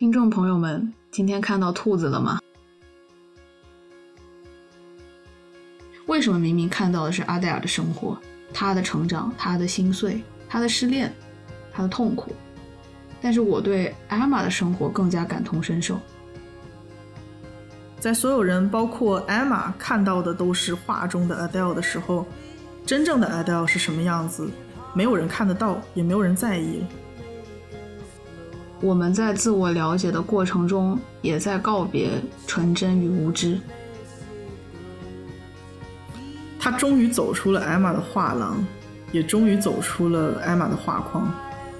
听众朋友们，今天看到兔子了吗？为什么明明看到的是阿黛尔的生活，她的成长，她的心碎，她的失恋，她的痛苦，但是我对艾玛的生活更加感同身受。 在所有人包括艾玛看到的都是画中的 Adele 的时候，真正的 Adele 是什么样子，没有人看得到，也没有人在意了。 我们在自我了解的过程中，也在告别纯真与无知。 他终于走出了艾玛的画廊，也终于走出了艾玛的画框。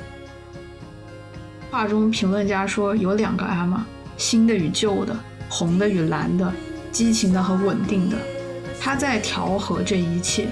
画中评论家说有两个艾玛，新的与旧的，红的与蓝的，激情的和稳定的，他在调和这一切。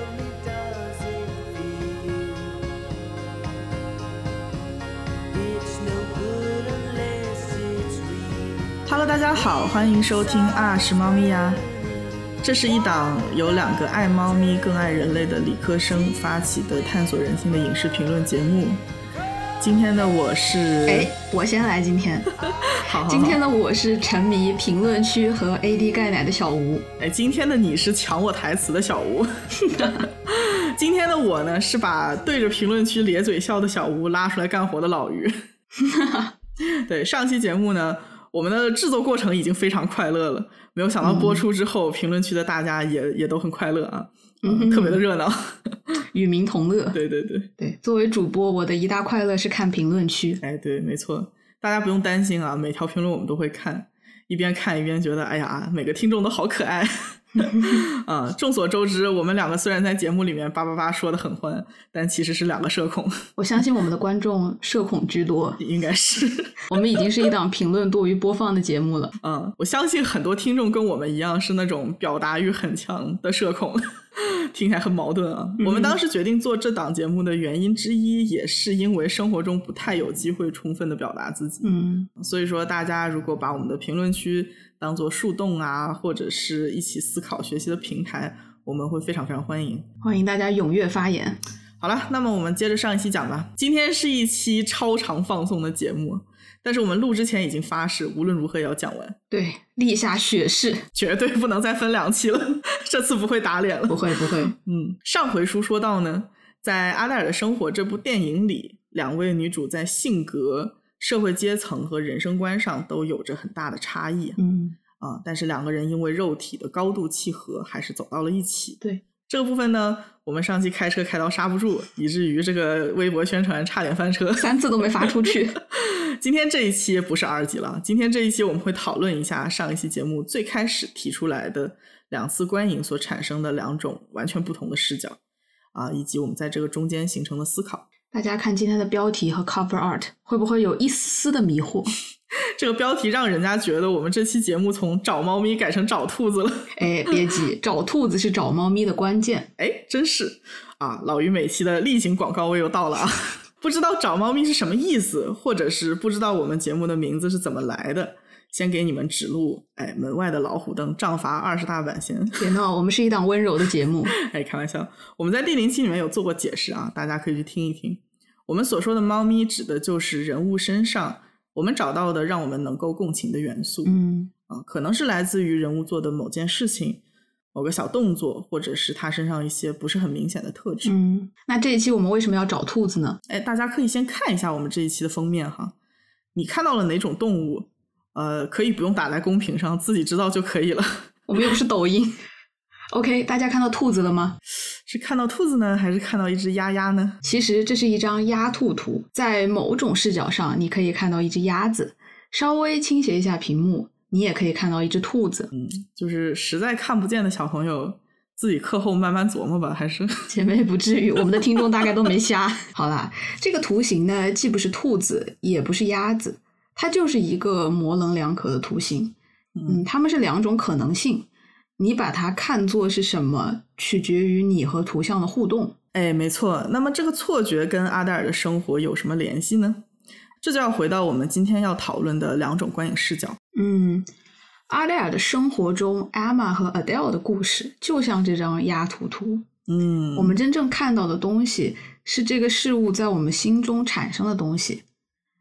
Hello， 大家好，欢迎收听啊是猫咪呀。这是一档由两个爱猫咪更爱人类的理科生发起的探索人性的影视评论节目。今天的我是我先来今天好今天的我是沉迷评论区和 AD 钙奶的小吴。 今天的你是抢我台词的小吴今天的我呢是把对着评论区咧嘴笑的小吴拉出来干活的老于对，上期节目呢我们的制作过程已经非常快乐了，没有想到播出之后，评论区的大家也都很快乐啊，特别的热闹， 与民同乐。 对对对对，作为主播，我的一大快乐是看评论区。 对，没错，大家不用担心啊，每条评论我们都会看，一边看一边觉得，哎呀，每个听众都好可爱。众所周知，我们两个虽然在节目里面叭叭叭说得很欢，但其实是两个社恐。 我相信我们的观众社恐居多， 应该是。 我们已经是一档评论多于播放的节目了。 我相信很多听众跟我们一样是那种表达欲很强的社恐，听起来很矛盾啊。我们当时决定做这档节目的原因之一，也是因为生活中不太有机会充分的表达自己。所以说大家如果把我们的评论区当做树洞啊，或者是一起思考学习的平台，我们会非常非常欢迎大家踊跃发言。 好了，那么我们接着上一期讲吧。今天是一期超长放送的节目，但是我们录之前已经发誓无论如何也要讲完。 对，立下血誓， 绝对不能再分两期了这次不会打脸了。 不会上回书说到呢，在阿黛尔的生活这部电影里，两位女主在性格、社会阶层和人生观上都有着很大的差异。但是两个人因为肉体的高度契合，还是走到了一起。 对， 这个部分呢，我们上期开车开到刹不住，以至于这个微博宣传差点翻车 ，3次都没发出去今天这一期不是2集了，今天这一期我们会讨论一下上一期节目最开始提出来的两次观影所产生的两种完全不同的视角以及我们在这个中间形成的思考。 大家看今天的标题和 cover art 会不会有一丝的迷惑？ 这个标题让人家觉得我们这期节目从找猫咪改成找兔子了。 别急，找兔子是找猫咪的关键。 真是老于每期的例行广告位又到了啊！不知道找猫咪是什么意思，或者是不知道我们节目的名字是怎么来的，先给你们指路。门外的老虎灯，杖罚20大板先。 别闹，我们是一档温柔的节目。 开玩笑，我们在第0期里面有做过解释啊，大家可以去听一听。我们所说的猫咪指的就是人物身上我们找到的让我们能够共情的元素。可能是来自于人物做的某件事情、某个小动作，或者是他身上一些不是很明显的特质。 那这一期我们为什么要找兔子呢？ 大家可以先看一下我们这一期的封面哈，你看到了哪种动物可以不用打在公屏上，自己知道就可以了。 我们又不是抖音。OK， 大家看到兔子了吗？ 是看到兔子呢，还是看到一只鸭鸭呢？ 其实这是一张鸭兔图，在某种视角上你可以看到一只鸭子，稍微倾斜一下屏幕你也可以看到一只兔子。 就是实在看不见的小朋友自己课后慢慢琢磨吧，还是姐妹不至于，我们的听众大概都没瞎。好啦，这个图形呢既不是兔子也不是鸭子，它就是一个模棱两可的图形。它们是两种可能性，你把它看作是什么取决于你和图像的互动。 没错。那么这个错觉跟阿黛尔的生活有什么联系呢？这就要回到我们今天要讨论的两种观影视角。 阿黛尔的生活中 Emma 和 Adele 的故事就像这张鸭图图。我们真正看到的东西是这个事物在我们心中产生的东西。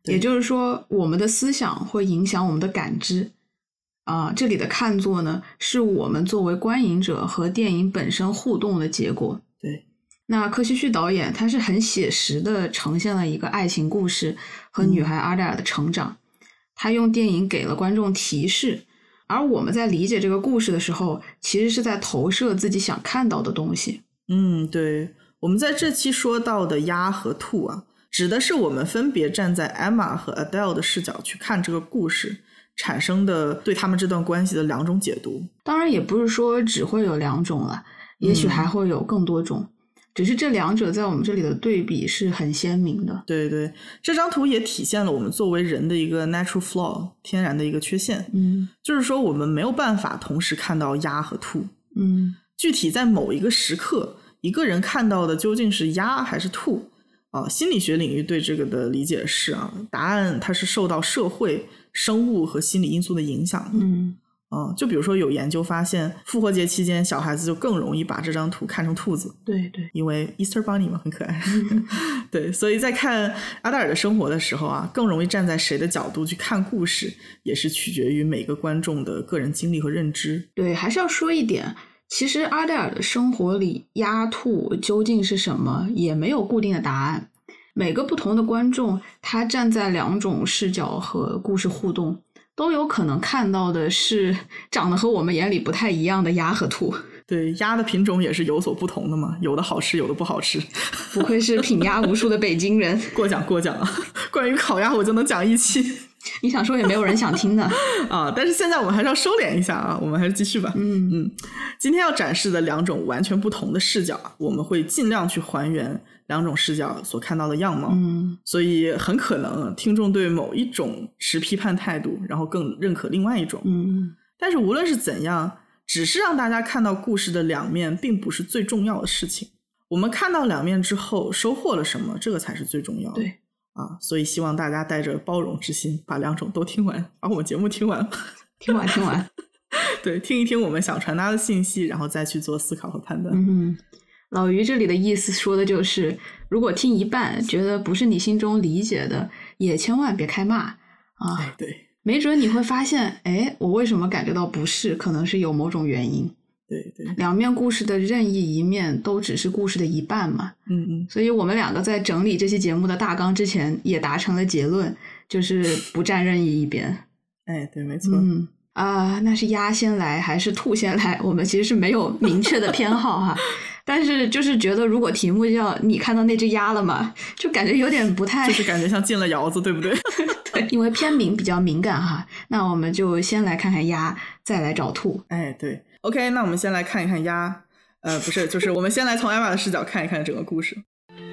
也就是说我们的思想会影响我们的感知这里的看作呢是我们作为观影者和电影本身互动的结果。 对， 那柯希旭导演他是很写实的呈现了一个爱情故事和女孩阿黛尔的成长，他用电影给了观众提示，而我们在理解这个故事的时候其实是在投射自己想看到的东西。 对，我们在这期说到的鸭和兔指的是我们分别站在 Emma 和 Adele 的视角去看这个故事产生的对他们这段关系的两种解读。 当然也不是说只会有两种了，也许还会有更多种，只是这两者在我们这里的对比是很鲜明的。 对，这张图也体现了我们作为人的一个 natural flaw， 天然的一个缺陷。就是说我们没有办法同时看到鸭和兔。具体在某一个时刻，一个人看到的究竟是鸭还是兔心理学领域对这个的理解是答案它是受到社会、生物和心理因素的影响的。就比如说有研究发现，复活节期间小孩子就更容易把这张图看成兔子。 对， 因为 Easter Bunny 嘛，很可爱。对，所以在看阿黛尔的生活的时候更容易站在谁的角度去看故事，也是取决于每个观众的个人经历和认知。 对，还是要说一点，其实阿黛尔的生活里鸭兔究竟是什么也没有固定的答案，每个不同的观众他站在两种视角和故事互动，都有可能看到的是长得和我们眼里不太一样的鸭和兔。 对，鸭的品种也是有所不同的嘛，有的好吃有的不好吃。 不愧是品鸭无数的北京人。 过奖关于烤鸭我就能讲一期。 你想说也没有人想听的但是现在我们还是要收敛一下我们还是继续吧。今天要展示的两种完全不同的视角我们会尽量去还原两种视角所看到的样貌。所以很可能听众对某一种持批判态度，然后更认可另外一种。但是无论是怎样，只是让大家看到故事的两面并不是最重要的事情，我们看到两面之后收获了什么，这个才是最重要的。 对所以希望大家带着包容之心把两种都听完，把我们节目听完。 听完对，听一听我们想传达的信息，然后再去做思考和判断。 老于这里的意思说的就是，如果听一半觉得不是你心中理解的，也千万别开骂对， 没准你会发现我为什么感觉到不适，可能是有某种原因。 对， 两面故事的任意一面都只是故事的一半嘛。所以我们两个在整理这期节目的大纲之前也达成了结论，就是不站任意一边。 对，没错。 那是鸭先来还是兔先来，我们其实是没有明确的偏好但是就是觉得如果题目叫你看到那只鸭了吗，就感觉有点不太， 就是感觉像进了窑子，对不对？ 对，因为片名比较敏感那我们就先来看看鸭，再来找兔。 对 OK， 那我们先来看一看鸭不是，就是我们先来从 Emma 的视角看一看整个故事。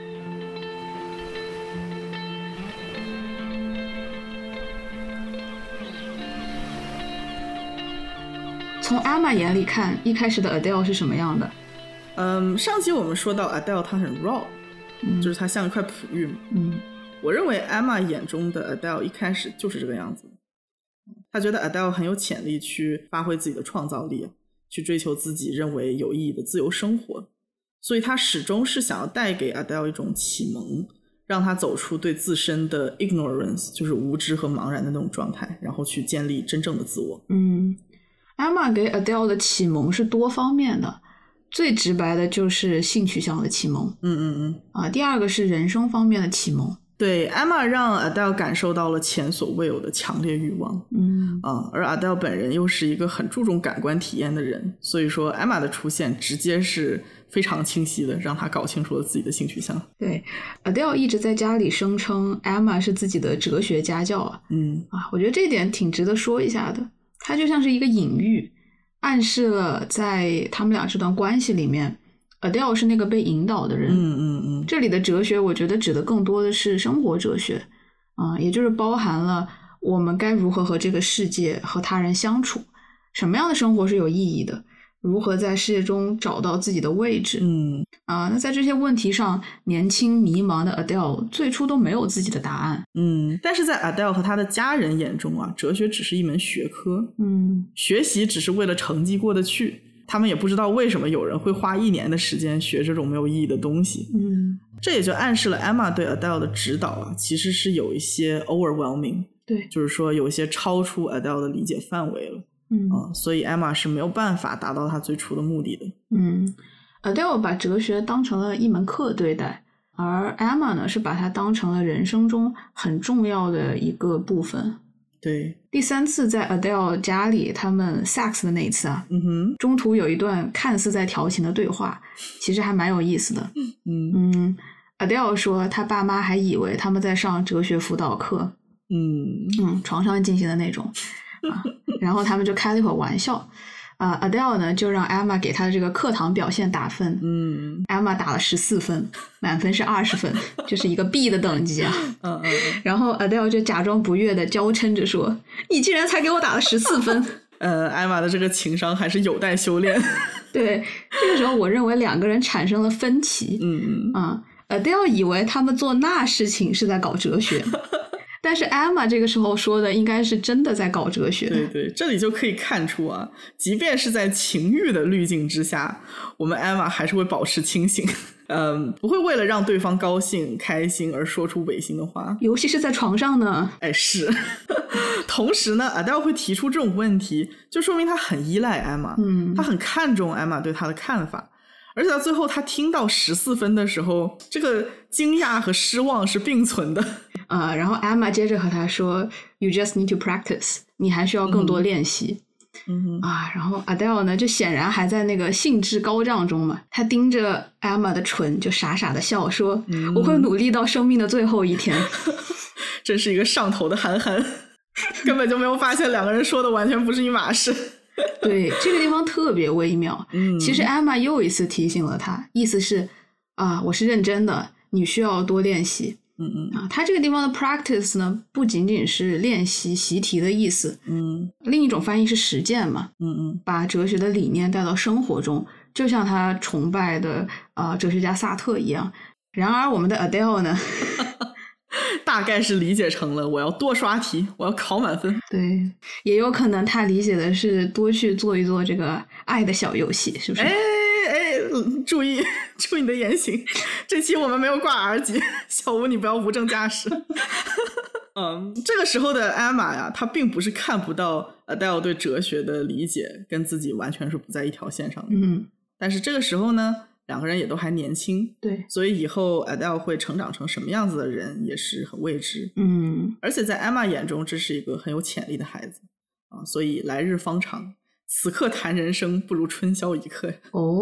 从 Emma 眼里看，一开始的 Adele 是什么样的？ 上期我们说到 Adele 她很 raw，就是她像一块璞玉嘛。我认为 Emma 眼中的 Adele 一开始就是这个样子。她觉得 Adele 很有潜力去发挥自己的创造力，去追求自己认为有意义的自由生活，所以她始终是想要带给 Adele 一种启蒙，让她走出对自身的 ignorance， 就是无知和茫然的那种状态，然后去建立真正的自我。 Emma 给 Adele 的启蒙是多方面的，最直白的就是性取向的启蒙。第二个是人生方面的启蒙。 对， Emma 让 Adele 感受到了前所未有的强烈欲望。而 Adele 本人又是一个很注重感官体验的人，所以说 Emma 的出现直接是非常清晰的让他搞清楚了自己的性取向。 对， Adele 一直在家里声称 Emma 是自己的哲学家教我觉得这点挺值得说一下的。它就像是一个隐喻，暗示了在他们俩这段关系里面 Adele 是那个被引导的人。这里的哲学我觉得指的更多的是生活哲学也就是包含了我们该如何和这个世界和他人相处，什么样的生活是有意义的，如何在世界中找到自己的位置。那在这些问题上，年轻迷茫的 Adele 最初都没有自己的答案。 但是在 Adele 和他的家人眼中哲学只是一门学科。学习只是为了成绩过得去， 他们也不知道为什么有人会花1年的时间学这种没有意义的东西。这也就暗示了 Emma 对 Adele 的指导啊，其实是有一些 overwhelming， 对， 就是说有一些超出 Adele 的理解范围了。所以 Emma 是没有办法达到她最初的目的的。 Adele 把哲学当成了一门课对待，而 Emma 呢是把它当成了人生中很重要的一个部分。 对， 第3次在 Adele 家里他们 sex 的那一次啊，中途有一段看似在调情的对话，其实还蛮有意思的。Adele 说他爸妈还以为他们在上哲学辅导课，床上进行的那种然后他们就开了一会儿玩笑。Adele 呢就让 Emma 给她的这个课堂表现打分。Emma 打了14分，满分是20分，就是一个 B 的等级啊。然后 Adele 就假装不悦的娇嗔着说：“你竟然才给我打了14分。” 艾玛的这个情商还是有待修炼。 对，这个时候我认为2个人产生了分歧。Adele 以为他们做那事情是在搞哲学。但是 Emma 这个时候说的应该是真的在搞哲学。 对对，这里就可以看出啊，即便是在情欲的滤镜之下，我们 Emma 还是会保持清醒，不会为了让对方高兴开心而说出违心的话， 尤其是在床上呢。 是。同时呢 Adele 会提出这种问题，就说明他很依赖 Emma，他很看重 Emma 对他的看法。而且到最后他听到14分的时候，这个惊讶和失望是并存的。 然后 Emma 接着和他说 You just need to practice， 你还需要更多练习。然后 Adele 呢就显然还在那个兴致高涨中嘛，他盯着 Emma 的唇就傻傻的笑说，我会努力到生命的最后一天。 真是一个上头的韩寒，根本就没有发现2个人说的完全不是一码事。 对，这个地方特别微妙。其实 Emma 又一次提醒了他，意思是我是认真的，你需要多练习。他这个地方的 practice 呢不仅仅是练习习题的意思，另一种翻译是实践嘛。把哲学的理念带到生活中，就像他崇拜的哲学家萨特一样。然而我们的 Adele 呢大概是理解成了我要多刷题，我要考满分。 对，也有可能他理解的是多去做一做这个爱的小游戏，是不是？ 注意你的言行，这期我们没有挂 R 级，小吴你不要无证驾驶。这个时候的 Emma 呀，她并不是看不到 Adele 对哲学的理解跟自己完全是不在一条线上的。但是这个时候呢2个人也都还年轻， 对， 所以以后 Adele 会成长成什么样子的人也是很未知。而且在 Emma 眼中这是一个很有潜力的孩子所以来日方长，此刻谈人生不如春宵一刻。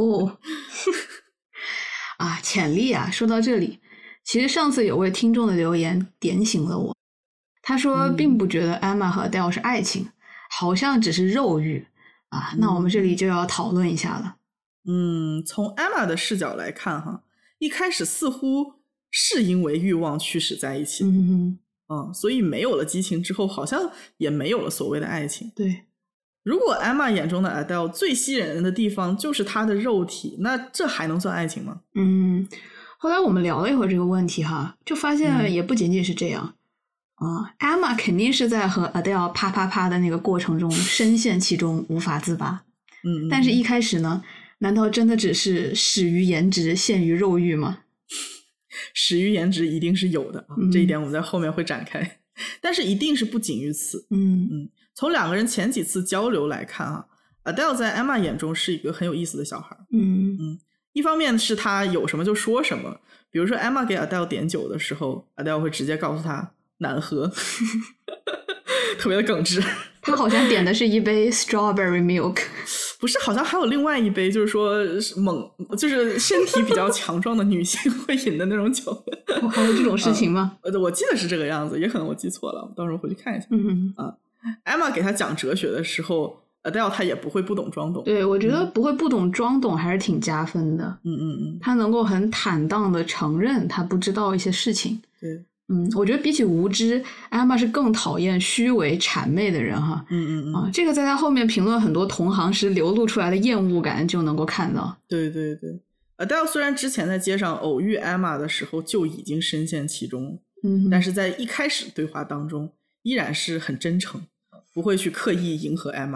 潜力啊，说到这里，其实上次有位听众的留言点醒了我。他说并不觉得 Emma 和 Adele 是爱情，好像只是肉欲那我们这里就要讨论一下了。 从 Emma 的视角来看哈，一开始似乎是因为欲望驱使在一起，所以没有了激情之后，好像也没有了所谓的爱情。 对， 如果 Emma 眼中的 Adele 最吸引人的地方就是她的肉体，那这还能算爱情吗？ 后来我们聊了一会儿这个问题哈，就发现也不仅仅是这样。Emma 肯定是在和 Adele 啪啪啪的那个过程中深陷其中无法自拔。但是一开始呢，难道真的只是始于颜值陷于肉欲吗？ 始于颜值一定是有的这一点我们在后面会展开，但是一定是不仅于此。从2个人前几次交流来看Adele 在 Emma 眼中是一个很有意思的小孩。一方面是他有什么就说什么，比如说 Emma 给 Adele 点酒的时候 Adele 会直接告诉他难喝。特别的耿直。 他好像点的是一杯 strawberry milk。 不是，好像还有另外一杯，就是说就是身体比较强壮的女性会饮的那种酒。 还有这种事情吗？ 我记得是这个样子，也可能我记错了，我到时候回去看一下。Emma 给他讲哲学的时候 Adele 他也不会不懂装懂。 对，我觉得不会不懂装懂还是挺加分的。他能够很坦荡的承认他不知道一些事情。 对。 我觉得比起无知 Emma 是更讨厌虚伪谄媚的人哈。这个在他后面评论很多同行时流露出来的厌恶感就能够看到。 对对对， Adele 虽然之前在街上偶遇 Emma 的时候就已经深陷其中，但是在一开始对话当中依然是很真诚，不会去刻意迎合 Emma，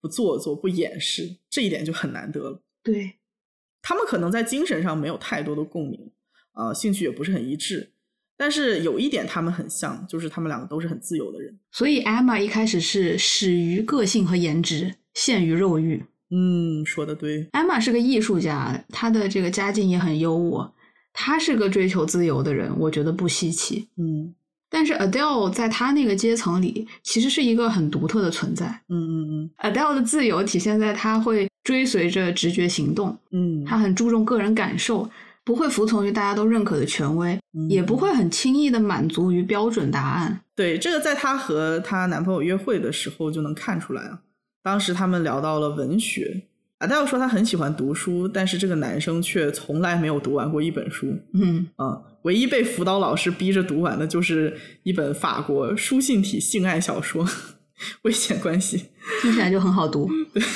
不做作、不掩饰，这一点就很难得了。 对， 他们可能在精神上没有太多的共鸣，兴趣也不是很一致，但是有一点他们很像，就是他们两个都是很自由的人。 所以 Emma 一开始是始于个性和颜值，陷于肉欲。 说得对。 Emma 是个艺术家，她的这个家境也很优渥，她是个追求自由的人，我觉得不稀奇。但是 Adele 在她那个阶层里其实是一个很独特的存在。Adele 的自由体现在她会追随着直觉行动，她很注重个人感受，不会服从于大家都认可的权威，也不会很轻易的满足于标准答案。 对，这个在她和她男朋友约会的时候就能看出来啊。当时他们聊到了文学，Adele 说她很喜欢读书，但是这个男生却从来没有读完过一本书。唯一被辅导老师逼着读完的就是一本法国书信体性爱小说《危险关系》， 听起来就很好读。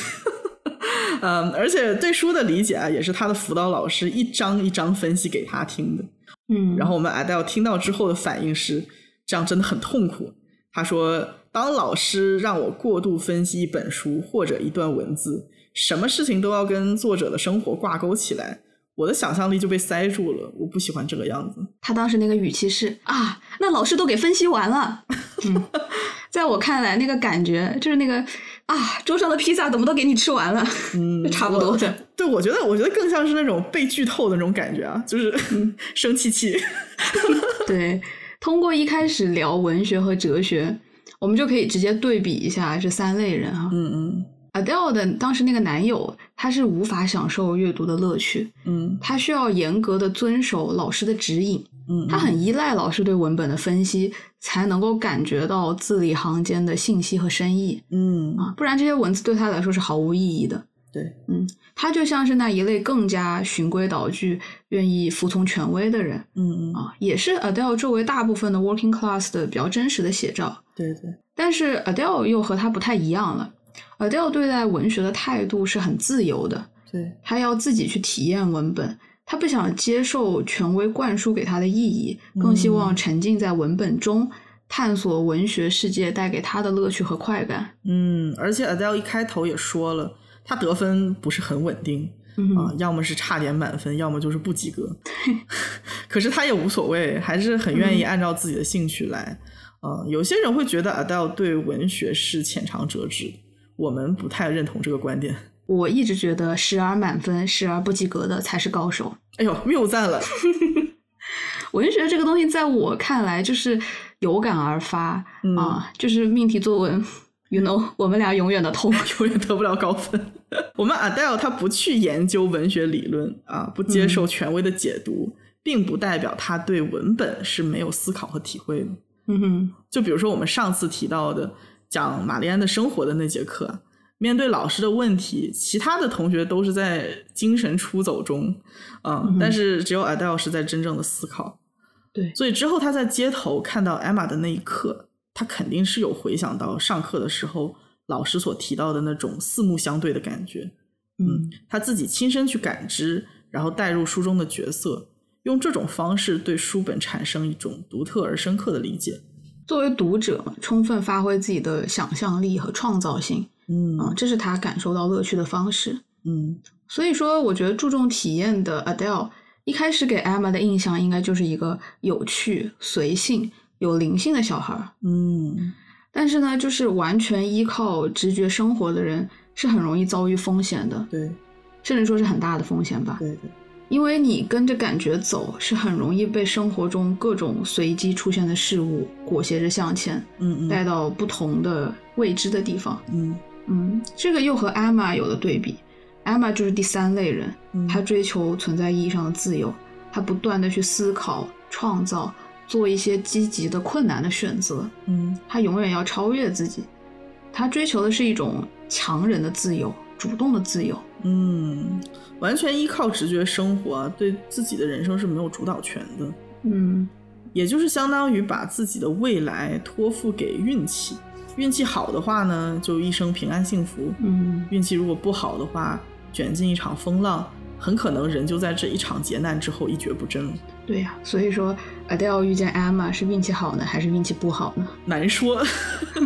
而且对书的理解也是他的辅导老师一章一章分析给他听的。然后我们 Adele 听到之后的反应是，这样真的很痛苦。他说，当老师让我过度分析一本书或者一段文字，什么事情都要跟作者的生活挂钩起来，我的想象力就被塞住了，我不喜欢这个样子。 他当时那个语气是那老师都给分析完了。在我看来那个感觉就是那个桌上的披萨怎么都给你吃完了。就差不多的。 对，我觉得更像是那种被剧透的那种感觉啊，就是生气。 对，通过一开始聊文学和哲学，我们就可以直接对比一下这三类人啊。Adele 的当时那个男友，他是无法享受阅读的乐趣。他需要严格的遵守老师的指引。他很依赖老师对文本的分析，才能够感觉到字里行间的信息和深意。不然这些文字对他来说是毫无意义的。 对， 他就像是那一类更加循规蹈矩、愿意服从权威的人。也是 Adele 周围大部分的 working class 的比较真实的写照。 对。 但是 Adele 又和他不太一样了。Adele 对待文学的态度是很自由的。 对， 他要自己去体验文本，他不想接受权威灌输给他的意义，更希望沉浸在文本中，探索文学世界带给他的乐趣和快感。 而且 Adele 一开头也说了，他得分不是很稳定。要么是差点满分，要么就是不及格。可是他也无所谓，还是很愿意按照自己的兴趣来。有些人会觉得 Adele 对文学是浅尝辄止，我们不太认同这个观点。 我一直觉得时而满分时而不及格的才是高手。 哎呦，谬赞了。 文学这个东西在我看来就是有感而发。就是命题作文You know， 我们俩永远的痛， 永远得不了高分。我们 Adele 他不去研究文学理论不接受权威的解读，并不代表他对文本是没有思考和体会的。就比如说我们上次提到的讲玛丽安的生活的那节课，面对老师的问题，其他的同学都是在精神出走中。但是只有 Adele 是在真正的思考。 对， 所以之后他在街头看到 Emma 的那一刻，他肯定是有回想到上课的时候老师所提到的那种四目相对的感觉。他自己亲身去感知，然后带入书中的角色，用这种方式对书本产生一种独特而深刻的理解。 作为读者，充分发挥自己的想象力和创造性。这是他感受到乐趣的方式。所以说我觉得注重体验的 Adele 一开始给 Emma 的印象应该就是一个有趣、随性、有灵性的小孩。但是呢，就是完全依靠直觉生活的人是很容易遭遇风险的。 对， 甚至说是很大的风险吧。 对， 因为你跟着感觉走，是很容易被生活中各种随机出现的事物裹挟着向前，带到不同的未知的地方。这个又和 Emma 有了对比。Emma 就是第三类人，她追求存在意义上的自由，她不断的去思考、创造，做一些积极的困难的选择。她永远要超越自己，她追求的是一种强人的自由，主动的自由。 完全依靠直觉生活对自己的人生是没有主导权的。也就是相当于把自己的未来托付给运气。运气好的话呢，就一生平安幸福。运气如果不好的话，卷进一场风浪，很可能人就在这一场劫难之后一蹶不振了。 对呀，所以说 Adele 遇见 Emma 是运气好呢，还是运气不好呢？ 难说。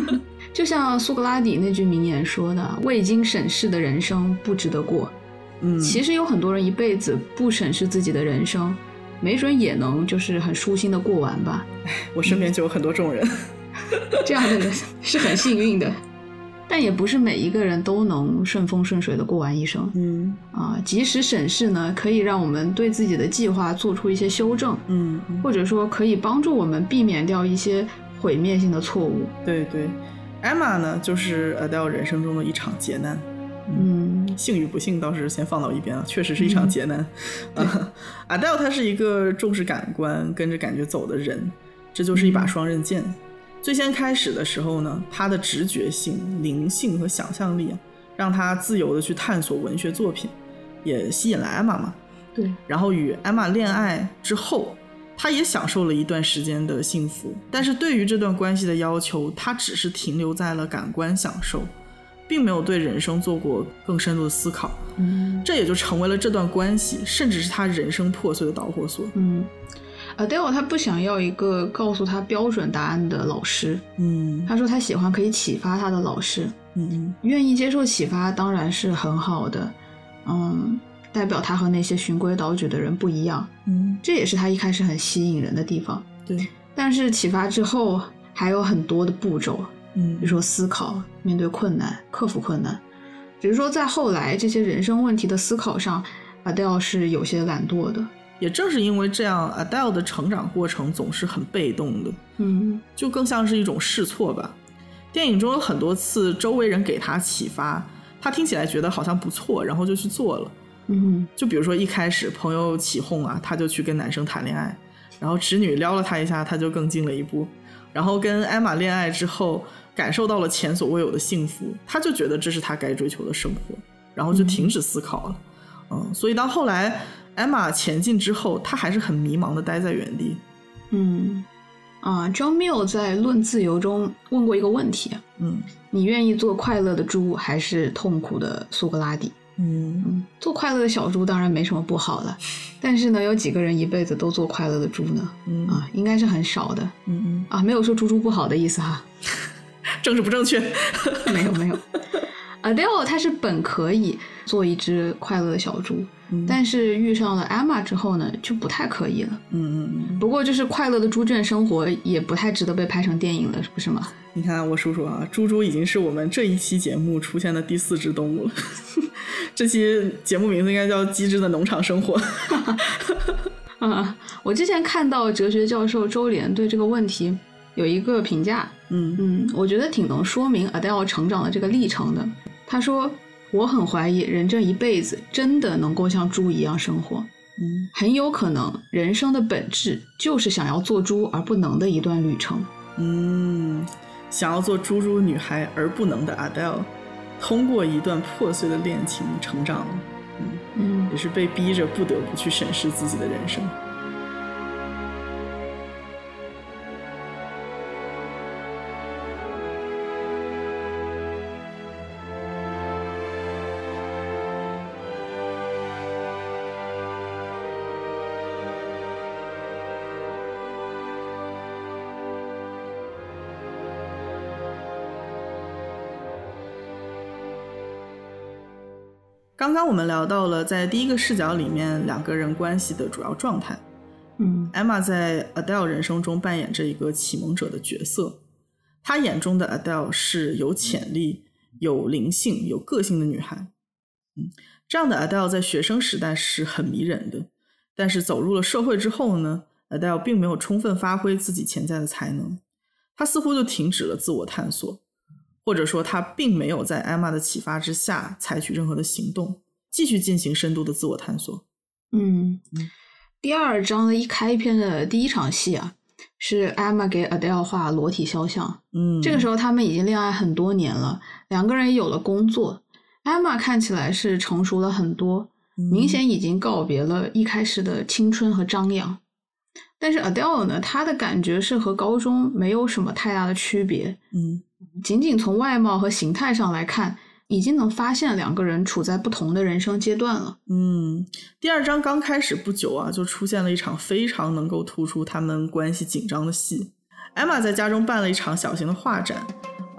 就像苏格拉底那句名言说的，未经审视的人生不值得过。其实有很多人一辈子不审视自己的人生，没准也能就是很舒心的过完吧。 我身边就有很多这种人。 这样的人是很幸运的，但也不是每一个人都能顺风顺水的过完一生。及时审视呢，可以让我们对自己的计划做出一些修正，或者说可以帮助我们避免掉一些毁灭性的错误。 对对， Emma 呢就是 Adele 人生中的一场劫难。幸与不幸倒是先放到一边啊，确实是一场劫难。Adele 她是一个重视感官跟着感觉走的人，这就是一把双刃剑。最先开始的时候呢，她的直觉性、灵性和想象力让她自由的去探索文学作品，也吸引了 Emma 嘛。 对， 然后与 Emma 恋爱之后，她也享受了一段时间的幸福，但是对于这段关系的要求，她只是停留在了感官享受，并没有对人生做过更深入的思考。这也就成为了这段关系甚至是她人生破碎的导火索。 Adele 她不想要一个告诉她标准答案的老师。她说她喜欢可以启发她的老师。愿意接受启发当然是很好的，代表她和那些循规蹈矩的人不一样。这也是她一开始很吸引人的地方。 对， 但是启发之后还有很多的步骤，比如说思考、面对困难、克服困难。只是说在后来这些人生问题的思考上， Adele 是有些懒惰的。 也正是因为这样， Adele 的成长过程总是很被动的，就更像是一种试错吧。电影中有很多次周围人给他启发，他听起来觉得好像不错，然后就去做了。就比如说一开始朋友起哄他就去跟男生谈恋爱，然后侄女撩了他一下，他就更进了一步。然后跟 Emma 恋爱之后，感受到了前所未有的幸福，他就觉得这是他该追求的生活，然后就停止思考了。所以当后来 Emma 前进之后，他还是很迷茫的待在原地。 John Mill 在《论自由》中问过一个问题，你愿意做快乐的猪还是痛苦的苏格拉底？做快乐的小猪当然没什么不好了，但是呢，有几个人一辈子都做快乐的猪呢？应该是很少的。没有说猪猪不好的意思哈。 政治不正确。 没有。Adele 她是本可以做一只快乐的小猪，但是遇上了 Emma 之后呢，就不太可以了。不过就是快乐的猪镇生活也不太值得被拍成电影了，不是吗？ 你看我叔叔猪猪已经是我们这一期节目出现的第4只动物了。这期节目名字应该叫《机智的农场生活》。 我之前看到哲学教授周濂对这个问题有一个评价，我觉得挺能说明 Adele 成长的这个历程的。他说，我很怀疑人这一辈子真的能够像猪一样生活，很有可能人生的本质就是想要做猪而不能的一段旅程。 想要做猪猪女孩而不能的 Adele 通过一段破碎的恋情成长了，也是被逼着不得不去审视自己的人生。刚刚我们聊到了在第一个视角里面两个人关系的主要状态。Emma 在 Adele 人生中扮演着一个启蒙者的角色，她眼中的 Adele 是有潜力、有灵性、有个性的女孩。这样的 Adele 在学生时代是很迷人的，但是走入了社会之后呢， Adele 并没有充分发挥自己潜在的才能，她似乎就停止了自我探索，或者说她并没有在 Emma 的启发之下采取任何的行动，继续进行深度的自我探索。 第2章的一开篇的第一场戏是 Emma 给 Adele 画裸体肖像。这个时候他们已经恋爱很多年了，两个人也有了工作。Emma 看起来是成熟了很多，明显已经告别了一开始的青春和张扬。但是 Adele 呢，她的感觉是和高中没有什么太大的区别。仅仅从外貌和形态上来看，已经能发现两个人处在不同的人生阶段了。 第2章刚开始不久就出现了一场非常能够突出他们关系紧张的戏。Emma 在家中办了一场小型的画展，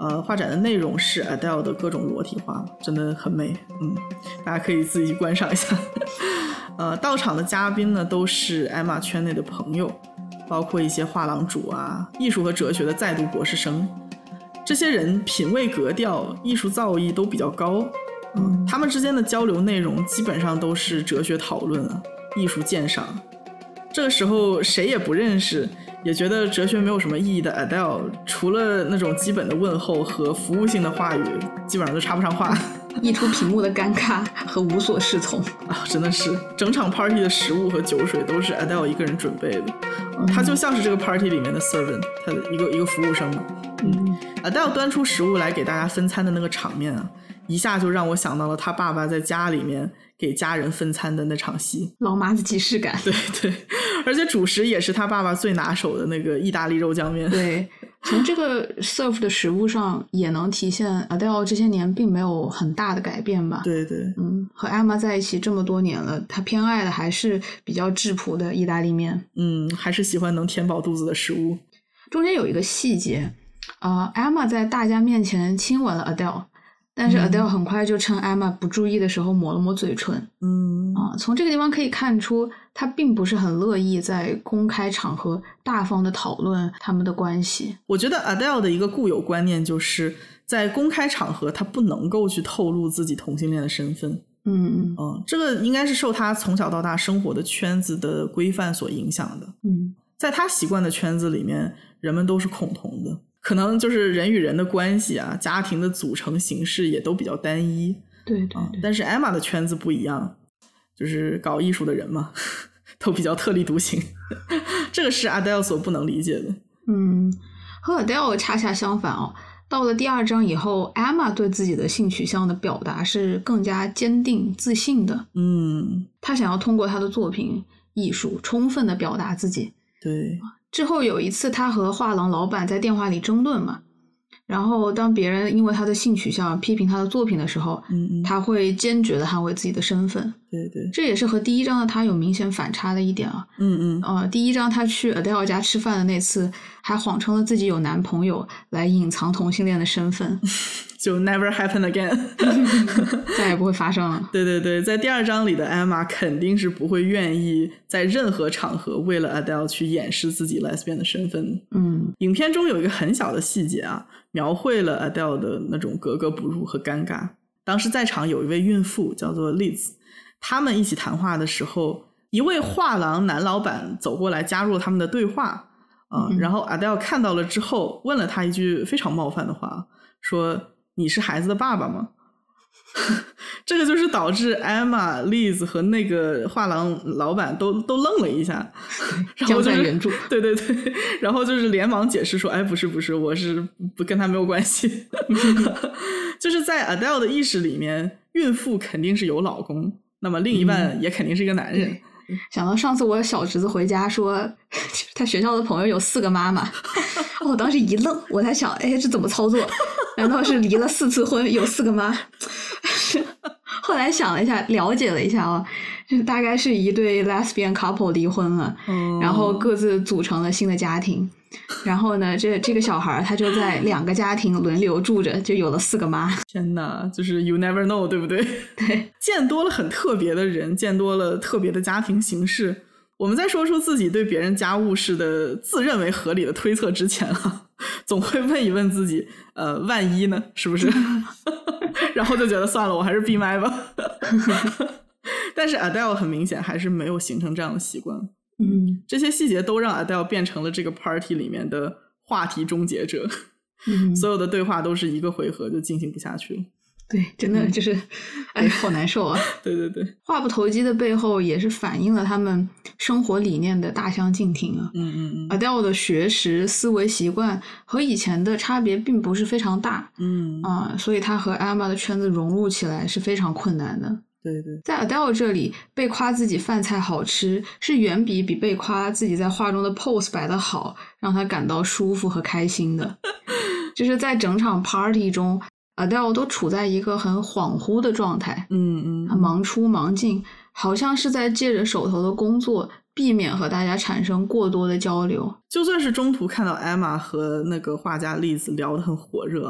画展的内容是 Adele 的各种裸体画，真的很美，大家可以自己去观赏一下。到场的嘉宾呢都是 Emma 圈内的朋友，包括一些画廊主啊、艺术和哲学的在读博士生。这些人品味格调、艺术造诣都比较高，他们之间的交流内容基本上都是哲学讨论啊、艺术鉴赏。这个时候谁也不认识，也觉得哲学没有什么意义的 Adele， 除了那种基本的问候和服务性的话语，基本上都插不上话。 溢出屏幕的尴尬和无所适从啊，真的是整场 party 的食物和酒水都是 Adele 一个人准备的，他就像是这个 party 里面的 servant， 他的一个服务生嘛。Adele 端出食物来给大家分餐的那个场面啊，一下就让我想到了他爸爸在家里面给家人分餐的那场戏， 老妈子即视感。 对对，而且主食也是他爸爸最拿手的那个意大利肉酱面。 对，从这个 serve 的食物上也能体现 Adele 这些年并没有很大的改变吧。 对对， 和 Emma 在一起这么多年了，她偏爱的还是比较质朴的意大利面。 还是喜欢能填饱肚子的食物。 中间有一个细节，Emma 在大家面前亲吻了 Adele， 但是 Adele 很快就趁 Emma 不注意的时候抹了抹嘴唇。从这个地方可以看出，她并不是很乐意在公开场合大方的讨论他们的关系。 我觉得 Adele 的一个固有观念就是在公开场合她不能够去透露自己同性恋的身份。这个应该是受她从小到大生活的圈子的规范所影响的。在她习惯的圈子里面，人们都是恐同的，可能就是人与人的关系啊，家庭的组成形式也都比较单一。 对， 但是 Emma 的圈子不一样，就是搞艺术的人嘛，都比较特立独行。这个是 Adele 所不能理解的。 和 Adele 恰恰相反到了第2章以后， Emma 对自己的性取向的表达是更加坚定自信的。她想要通过她的作品艺术充分的表达自己。 对， 之后有一次她和画廊老板在电话里争论嘛，然后当别人因为她的性取向批评她的作品的时候，她会坚决的捍卫自己的身份。 对对， 这也是和第1章的她有明显反差的一点啊。第1章她去 Adele 家吃饭的那次，还谎称了自己有男朋友来隐藏同性恋的身份。 就 never happen again 再也不会发生了。 对对对，在第2章里的 Emma 肯定是不会愿意在任何场合为了 Adele 去掩饰自己 lesbian 的身份。影片中有一个很小的细节啊，描绘了 Adele 的那种格格不入和尴尬。当时在场有一位孕妇叫做 Liz， 他们一起谈话的时候，一位画廊男老板走过来加入了他们的对话然后 Adele 看到了之后问了他一句非常冒犯的话，说你是孩子的爸爸吗？这个就是导致 Emma、Liz 和那个画廊老板都愣了一下，然后僵在原著。 对对对，然后就是连忙解释说，不是，我是不跟他没有关系。就是在 Adele 的意识里面，孕妇肯定是有老公，那么另一半也肯定是一个男人。 想到上次我小侄子回家说他学校的朋友有4个妈妈，我当时一愣，我在想这怎么操作？难道是离了4次婚有4个妈？后来想了一下，了解了一下就大概是一对 lesbian couple 离婚了，然后各自组成了新的家庭，然后呢这个小孩他就在2个家庭轮流住着，就有了4个妈。 天哪，就是 you never know， 对不对？ 对， 见多了很特别的人，见多了特别的家庭形式，我们在说出自己对别人家务事的自认为合理的推测之前总会问一问自己万一呢，是不是？然后就觉得算了，我还是闭麦吧。但是 Adele 很明显还是没有形成这样的习惯。这些细节都让 Adele 变成了这个 party 里面的话题终结者。所有的对话都是一个回合就进行不下去了。 对，真的就是好难受啊。 对对对， 话不投机的背后也是反映了他们生活理念的大相径庭啊。Adele 的学识思维习惯和以前的差别并不是非常大。所以他和 Emma 的圈子融入起来是非常困难的。 对对， 在 Adele 这里，被夸自己饭菜好吃是远比被夸自己在画中的 pose 摆得好让他感到舒服和开心的。就是在整场 party 中，Adele 都处在一个很恍惚的状态，忙出忙进，好像是在借着手头的工作避免和大家产生过多的交流。 就算是中途看到 Emma 和那个画家 Liz 聊得很火热，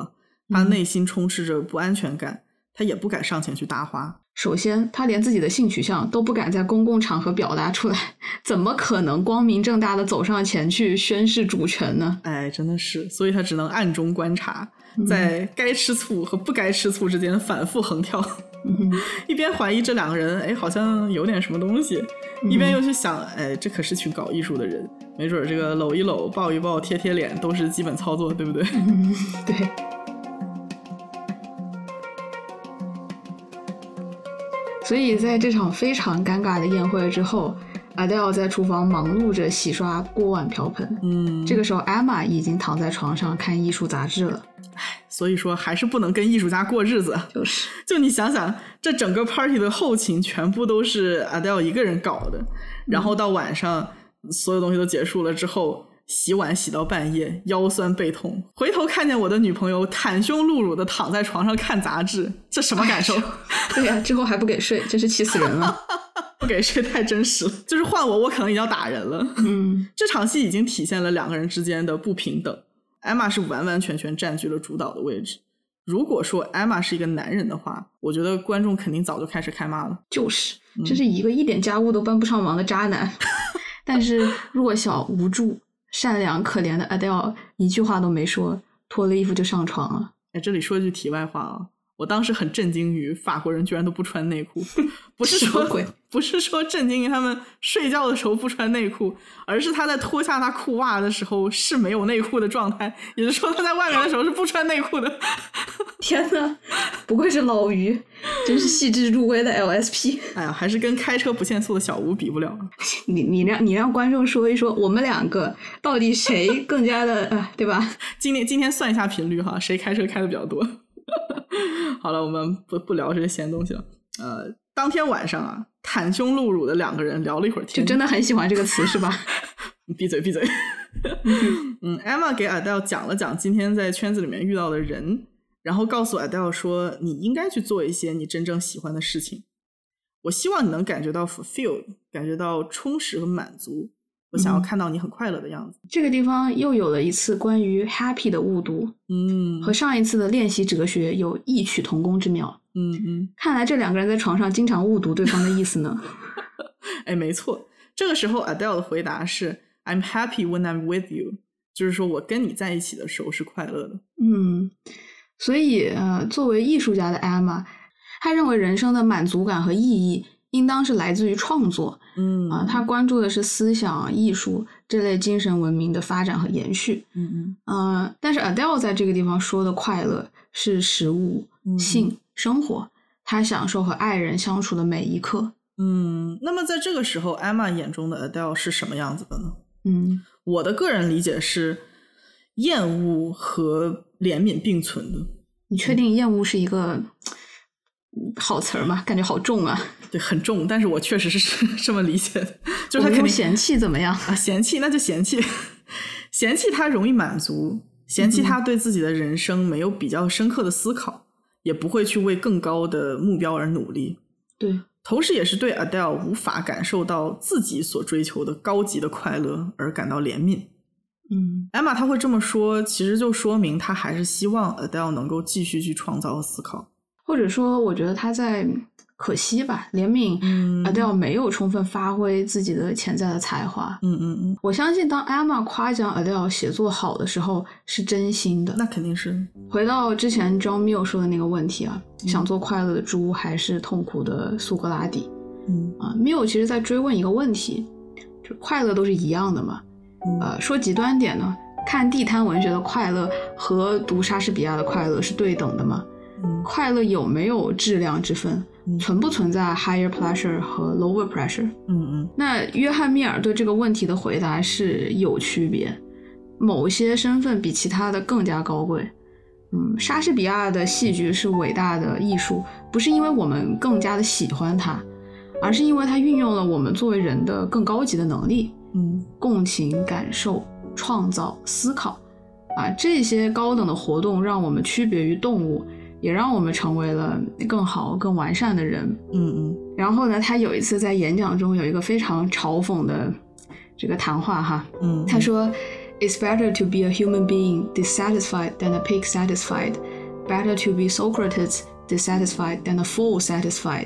他内心充斥着不安全感，他也不敢上前去搭话。 首先他连自己的性取向都不敢在公共场合表达出来，怎么可能光明正大的走上前去宣示主权呢？ 哎，真的是，所以他只能暗中观察，在该吃醋和不该吃醋之间反复横跳，一边怀疑这两个人哎好像有点什么东西，一边又去想哎这可是群搞艺术的人，没准这个搂一搂抱一抱贴贴脸都是基本操作，对不对？ 对。所以在这场非常尴尬的宴会之后，Adele 在厨房忙碌着洗刷锅碗瓢盆。这个时候 Emma 已经躺在床上看艺术杂志了。 所以说还是不能跟艺术家过日子。就你想想，这整个 party 的后勤全部都是 Adele 一个人搞的，然后到晚上所有东西都结束了之后，洗碗洗到半夜，腰酸背痛，回头看见我的女朋友袒胸露乳的躺在床上看杂志，这什么感受？ 对呀，之后还不给睡，真是气死人了。 不给睡太真实了，就是换我可能也要打人了。这场戏已经体现了两个人之间的不平等。Emma 是完完全全占据了主导的位置。如果说 Emma 是一个男人的话，我觉得观众肯定早就开始开骂了。 就是这是一个一点家务都帮不上忙的渣男。但是弱小无助善良可怜的 Adele 一句话都没说，脱了衣服就上床了。 这里说一句题外话啊，我当时很震惊于法国人居然都不穿内裤，不是说震惊于他们睡觉的时候不穿内裤，而是他在脱下他裤袜的时候是没有内裤的状态，也就是说他在外面的时候是不穿内裤的。 天哪，不愧是老于，真是细致入微的 LSP。 哎呀，还是跟开车不限速的小吴比不了。 你让观众说一说，我们两个到底谁更加的对吧？ 今天算一下频率哈，谁开车开的比较多。好了，我们不聊这些闲东西了。当天晚上啊，袒胸露乳的两个人聊了一会儿天， 就真的很喜欢这个词是吧？ 闭嘴。Emma 给 Adele 讲了讲今天在圈子里面遇到的人，然后告诉 Adele 说，你应该去做一些你真正喜欢的事情。我希望你能感觉到 fulfilled， 感觉到充实和满足。我想要看到你很快乐的样子。 这个地方又有了一次关于 happy 的误读，和上一次的练习哲学有异曲同工之妙。看来这两个人在床上经常误读对方的意思呢。 哎，没错，这个时候 Adele 的回答是 I'm happy when I'm with you， 就是说我跟你在一起的时候是快乐的。 所以作为艺术家的 Emma， 她认为人生的满足感和意义应当是来自于创作。他关注的是思想艺术这类精神文明的发展和延续。但是 Adele 在这个地方说的快乐是食物、性、生活，他享受和爱人相处的每一刻。 那么在这个时候 Emma 眼中的 Adele 是什么样子的呢？我的个人理解是厌恶和怜悯并存的。 你确定厌恶是一个好词儿吗？感觉好重啊。 对，很重，但是我确实是这么理解的。就是他肯定嫌弃怎么样啊？嫌弃那就嫌弃，嫌弃他容易满足，嫌弃他对自己的人生没有比较深刻的思考，也不会去为更高的目标而努力。 对， 同时也是对 Adele 无法感受到自己所追求的高级的快乐而感到怜悯。Emma 她会这么说，其实就说明她还是希望 Adele 能够继续去创造和思考， 或者说我觉得她在可惜吧，怜悯 Adele 没有充分发挥自己的潜在的才华。我相信当 Emma 夸奖 Adele 写作好的时候是真心的。 那肯定是。 回到之前 John Mill 说的那个问题啊，想做快乐的猪还是痛苦的苏格拉底。Mill 其实在追问一个问题，就快乐都是一样的嘛？说极端点呢，看地摊文学的快乐和读莎士比亚的快乐是对等的吗？快乐有没有质量之分？存不存在 higher pleasure 和 lower pressure？那约翰密尔对这个问题的回答是有区别，某些身份比其他的更加高贵。莎士比亚的戏剧是伟大的艺术，不是因为我们更加的喜欢它，而是因为它运用了我们作为人的更高级的能力。共情、感受、创造、思考这些高等的活动让我们区别于动物，也让我们成为了更好更完善的人。然后呢，他有一次在演讲中有一个非常嘲讽的这个谈话哈。他说 It's better to be a human being dissatisfied than a pig satisfied better to be Socrates dissatisfied than a fool satisfied.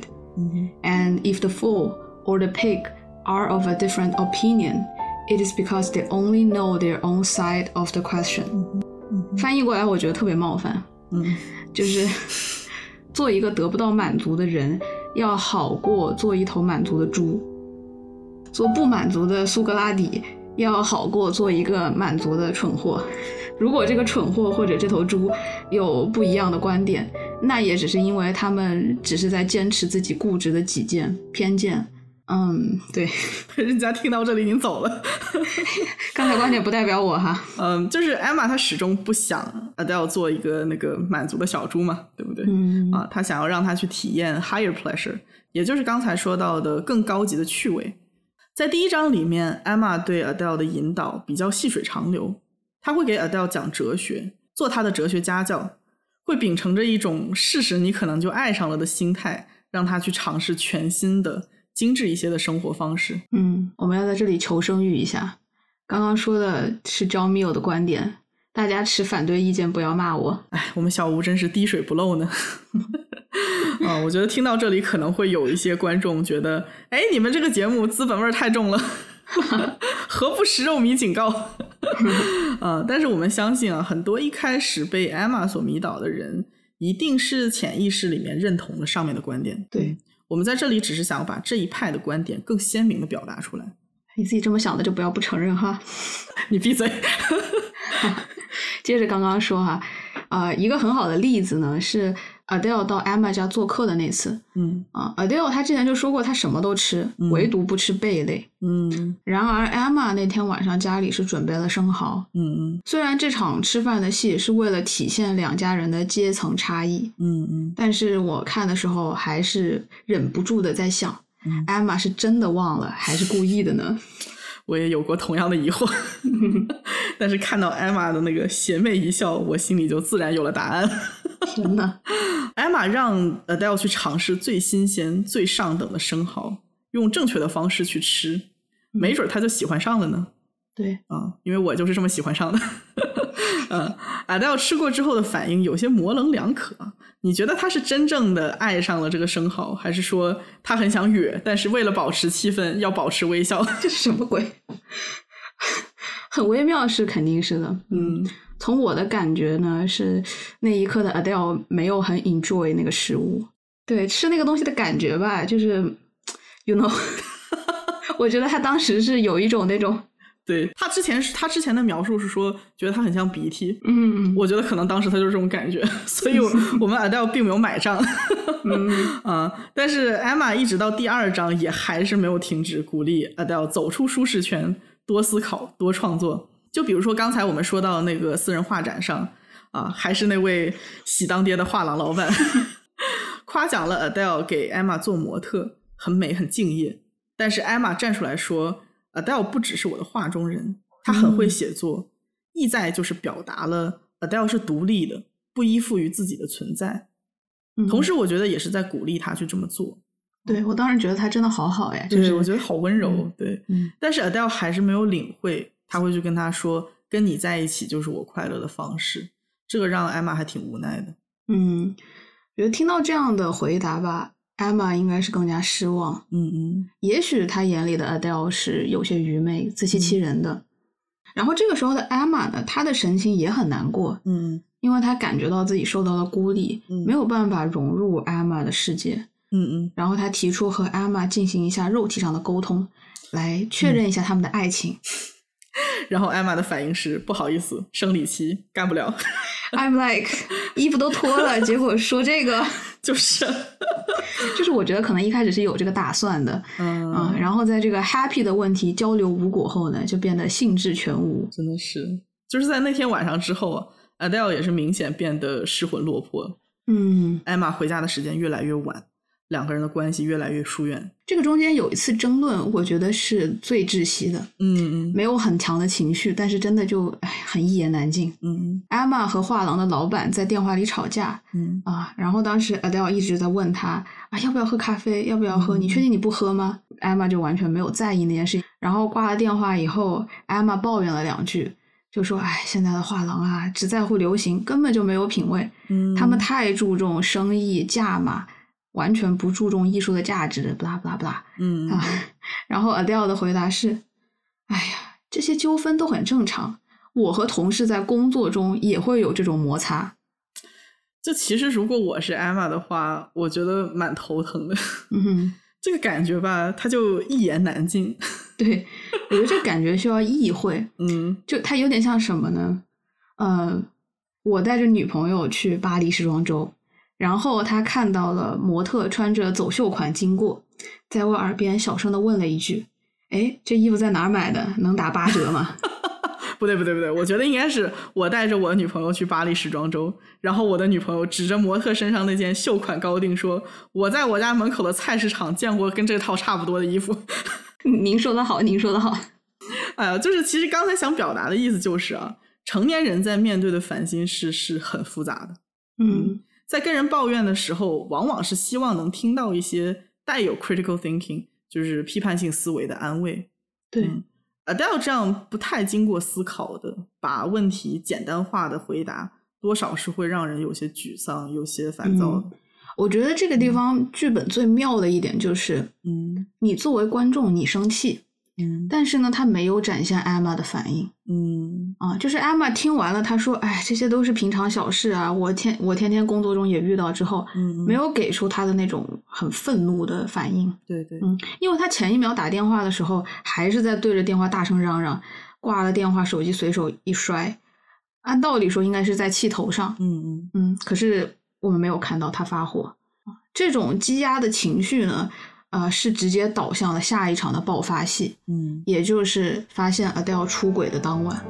And if the fool or the pig are of a different opinion, it is because they only know their own side of the question. 翻译过来我觉得特别冒犯，就是做一个得不到满足的人要好过做一头满足的猪，做不满足的苏格拉底要好过做一个满足的蠢货。如果这个蠢货或者这头猪有不一样的观点，那也只是因为他们只是在坚持自己固执的己见偏见。对， 人家听到这里已经走了。 刚才观点不代表我哈。 就是 Emma 她始终不想 Adele 做一个那个满足的小猪嘛，对不对？她想要让她去体验 higher pleasure， 也就是刚才说到的更高级的趣味。在第一章里面 Emma 对 Adele 的引导比较细水长流，她会给 Adele 讲哲学，做她的哲学家教，会秉承着一种试试你可能就爱上了的心态，让她去尝试全新的精致一些的生活方式。 我们要在这里求生欲一下，刚刚说的是 John Mill 的观点，大家持反对意见不要骂我。 我们小吴真是滴水不漏呢。我觉得听到这里可能会有一些观众觉得，你们这个节目资本味太重了，何不食肉糜警告。但是我们相信很多一开始被 Emma 所迷倒的人一定是潜意识里面认同了上面的观点。 对， 我们在这里只是想把这一派的观点更鲜明的表达出来。 你自己这么想的就不要不承认哈。 你闭嘴。 接着刚刚说一个很好的例子呢是 Adele 到 Emma 家做客的那次。Adele 她之前就说过她什么都吃，唯独不吃贝类。然而 Emma 那天晚上家里是准备了生蚝。虽然这场吃饭的戏是为了体现两家人的阶层差异，但是我看的时候还是忍不住的在想，Emma 是真的忘了还是故意的呢？ 我也有过同样的疑惑。但是看到 Emma 的那个邪魅一笑，我心里就自然有了答案。 天哪。 Emma 让 Adele 去尝试最新鲜最上等的生蚝，用正确的方式去吃，没准他就喜欢上了呢。 对因为我就是这么喜欢上的。Adele 吃过之后的反应有些模棱两可，你觉得他是真正的爱上了这个生蚝，还是说他很想哕，但是为了保持气氛要保持微笑？ 这是什么鬼？很微妙是肯定是的。从我的感觉呢是那一刻的 Adele 没有很 enjoy 那个食物。对，吃那个东西的感觉吧，就是 you know 我觉得他当时是有一种那种， 对，他之前的描述是说觉得他很像鼻涕。我觉得可能当时他就是这种感觉，所以我们 Adele 并没有买账。但是 Emma 一直到第二章也还是没有停止鼓励 Adele 走出舒适圈，多思考多创作。就比如说刚才我们说到那个私人画展上还是那位喜当爹的画廊老板夸奖了 Adele 给 Emma 做模特，很美很敬业。但是 Emma 站出来说 Adele 不只是我的画中人，她很会写作，意在就是表达了 Adele 是独立的，不依附于自己的存在。同时我觉得也是在鼓励她去这么做。 对，我当时觉得她真的好好呀， 就是我觉得好温柔。对，但是 Adele 还是没有领会，她会去跟他说跟你在一起就是我快乐的方式。这个让 Emma 还挺无奈的。 觉得听到这样的回答吧， Emma 应该是更加失望。也许她眼里的 Adele 是有些愚昧自欺欺人的。然后这个时候的 Emma 呢，她的神情也很难过。因为她感觉到自己受到了孤立，没有办法融入 Emma 的世界。然后她提出和 Emma 进行一下肉体上的沟通，来确认一下他们的爱情。 然后 Emma 的反应是不好意思，生理期干不了。 I'm like 衣服都脱了，结果说这个就是我觉得可能一开始是有这个打算的。然后在这个 happy 的问题交流无果后呢，就变得兴致全无。 真的是就是在那天晚上之后Adele 也是明显变得失魂落魄。Emma 回家的时间越来越晚，两个人的关系越来越疏远。 这个中间有一次争论，我觉得是最窒息的。没有很强的情绪，但是真的就很一言难尽。Emma 和画廊的老板在电话里吵架。然后当时 Adele 一直在问他要不要喝咖啡，要不要喝，你确定你不喝吗？ Emma 就完全没有在意那件事情。然后挂了电话以后 Emma 抱怨了两句， 就说哎，现在的画廊啊只在乎流行，根本就没有品味，他们太注重生意价码，完全不注重艺术的价值，blah blah blah。然后 Adele 的回答是，哎呀，这些纠纷都很正常，我和同事在工作中也会有这种摩擦。 就其实如果我是 Emma 的话，我觉得蛮头疼的。这个感觉吧，他就一言难尽。 对，我觉得这感觉需要意会。就他有点像什么呢？我带着女朋友去巴黎时装周，然后他看到了模特穿着走秀款经过，在我耳边小声的问了一句，哎，这衣服在哪儿买的？能打8折吗？ 不对，我觉得应该是我带着我女朋友去巴黎时装周，然后我的女朋友指着模特身上那件秀款高定说，我在我家门口的菜市场见过跟这套差不多的衣服。 您说的好，您说的好。 就是其实刚才想表达的意思就是啊，成年人在面对的烦心事是很复杂的。在跟人抱怨的时候，往往是希望能听到一些带有 critical thinking， 就是批判性思维的安慰。 对。 Adele 这样不太经过思考的把问题简单化的回答，多少是会让人有些沮丧，有些烦躁的。 我觉得这个地方剧本最妙的一点就是，你作为观众你生气，但是呢他没有展现 Emma 的反应。就是 Emma 听完了，他说哎，这些都是平常小事啊，我天天工作中也遇到之后，没有给出他的那种很愤怒的反应。 对对， 因为他前一秒打电话的时候还是在对着电话大声嚷嚷，挂了电话手机随手一摔，按道理说应该是在气头上。可是我们没有看到他发火。这种积压的情绪呢是直接导向了下一场的爆发戏，也就是发现 Adele 出轨的当晚。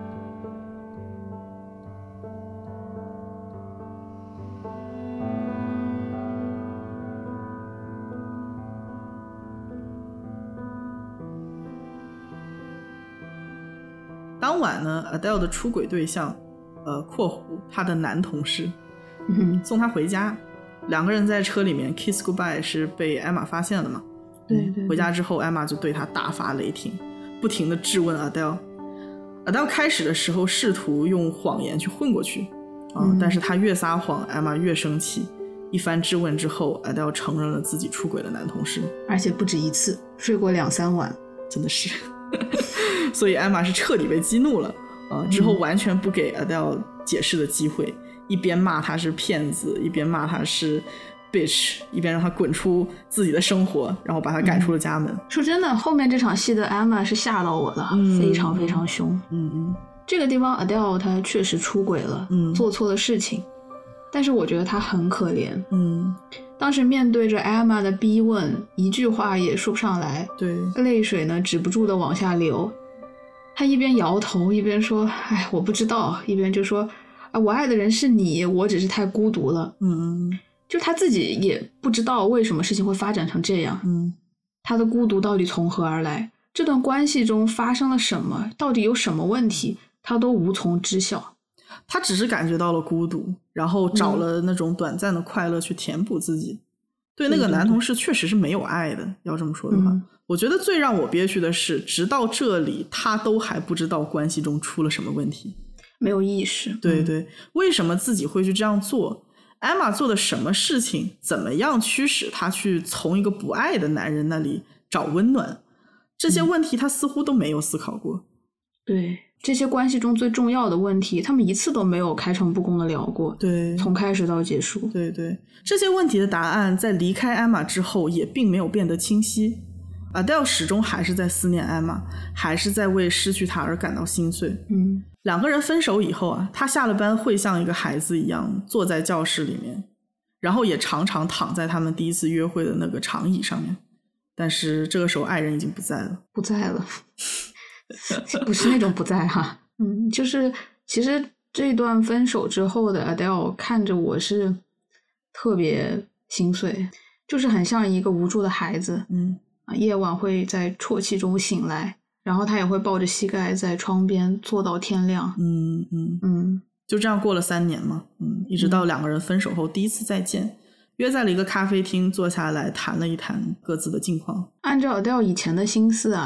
当晚呢 Adele 的出轨对象括弧她的男同事送她回家，两个人在车里面 kiss goodbye 是被 Emma 发现了嘛？ 对对。 回家之后 Emma 就对她大发雷霆，不停地质问 Adele。Adele 开始的时候试图用谎言去混过去但是她越撒谎 Emma 越生气。一番质问之后 Adele 承认了自己出轨的男同事， 而且不止一次，睡过2-3晚。 真的是所以 Emma 是彻底被激怒了之后完全不给 Adele 解释的机会，一边骂他是骗子，一边骂他是 bitch， 一边让他滚出自己的生活，然后把他赶出了家门。 说真的，后面这场戏的 Emma 是吓到我了，非常非常凶。这个地方 Adele 她确实出轨了，做错了事情，但是我觉得她很可怜。当时面对着 Emma 的逼问，一句话也说不上来， 对， 泪水呢止不住的往下流。他一边摇头一边说哎，我不知道，一边就说我爱的人是你，我只是太孤独了。就他自己也不知道为什么事情会发展成这样。他的孤独到底从何而来？这段关系中发生了什么？到底有什么问题？他都无从知晓。 他只是感觉到了孤独，然后找了那种短暂的快乐去填补自己。对那个男同事确实是没有爱的，要这么说的话。我觉得最让我憋屈的是，直到这里他都还不知道关系中出了什么问题， 没有意识。 对对，为什么自己会去这样做？ Emma 做的什么事情，怎么样驱使他去从一个不爱的男人那里找温暖？这些问题他似乎都没有思考过。 对，这些关系中最重要的问题，他们一次都没有开诚布公的聊过。 对， 从开始到结束。 对对，这些问题的答案在离开 Emma 之后也并没有变得清晰。Adele 始终还是在思念 Emma， 还是在为失去她而感到心碎。两个人分手以后他下了班会像一个孩子一样坐在教室里面，然后也常常躺在他们第一次约会的那个长椅上面，但是这个时候爱人已经不在了。 不在了不是那种不在哈。就是其实这段分手之后的 Adele 看着我是特别心碎，就是很像一个无助的孩子。夜晚会在啜泣中醒来，然后他也会抱着膝盖在窗边坐到天亮。 就这样过了3年嘛。一直到两个人分手后第一次再见，约在了一个咖啡厅坐下来谈了一谈各自的近况。 按照 Adele 以前的心思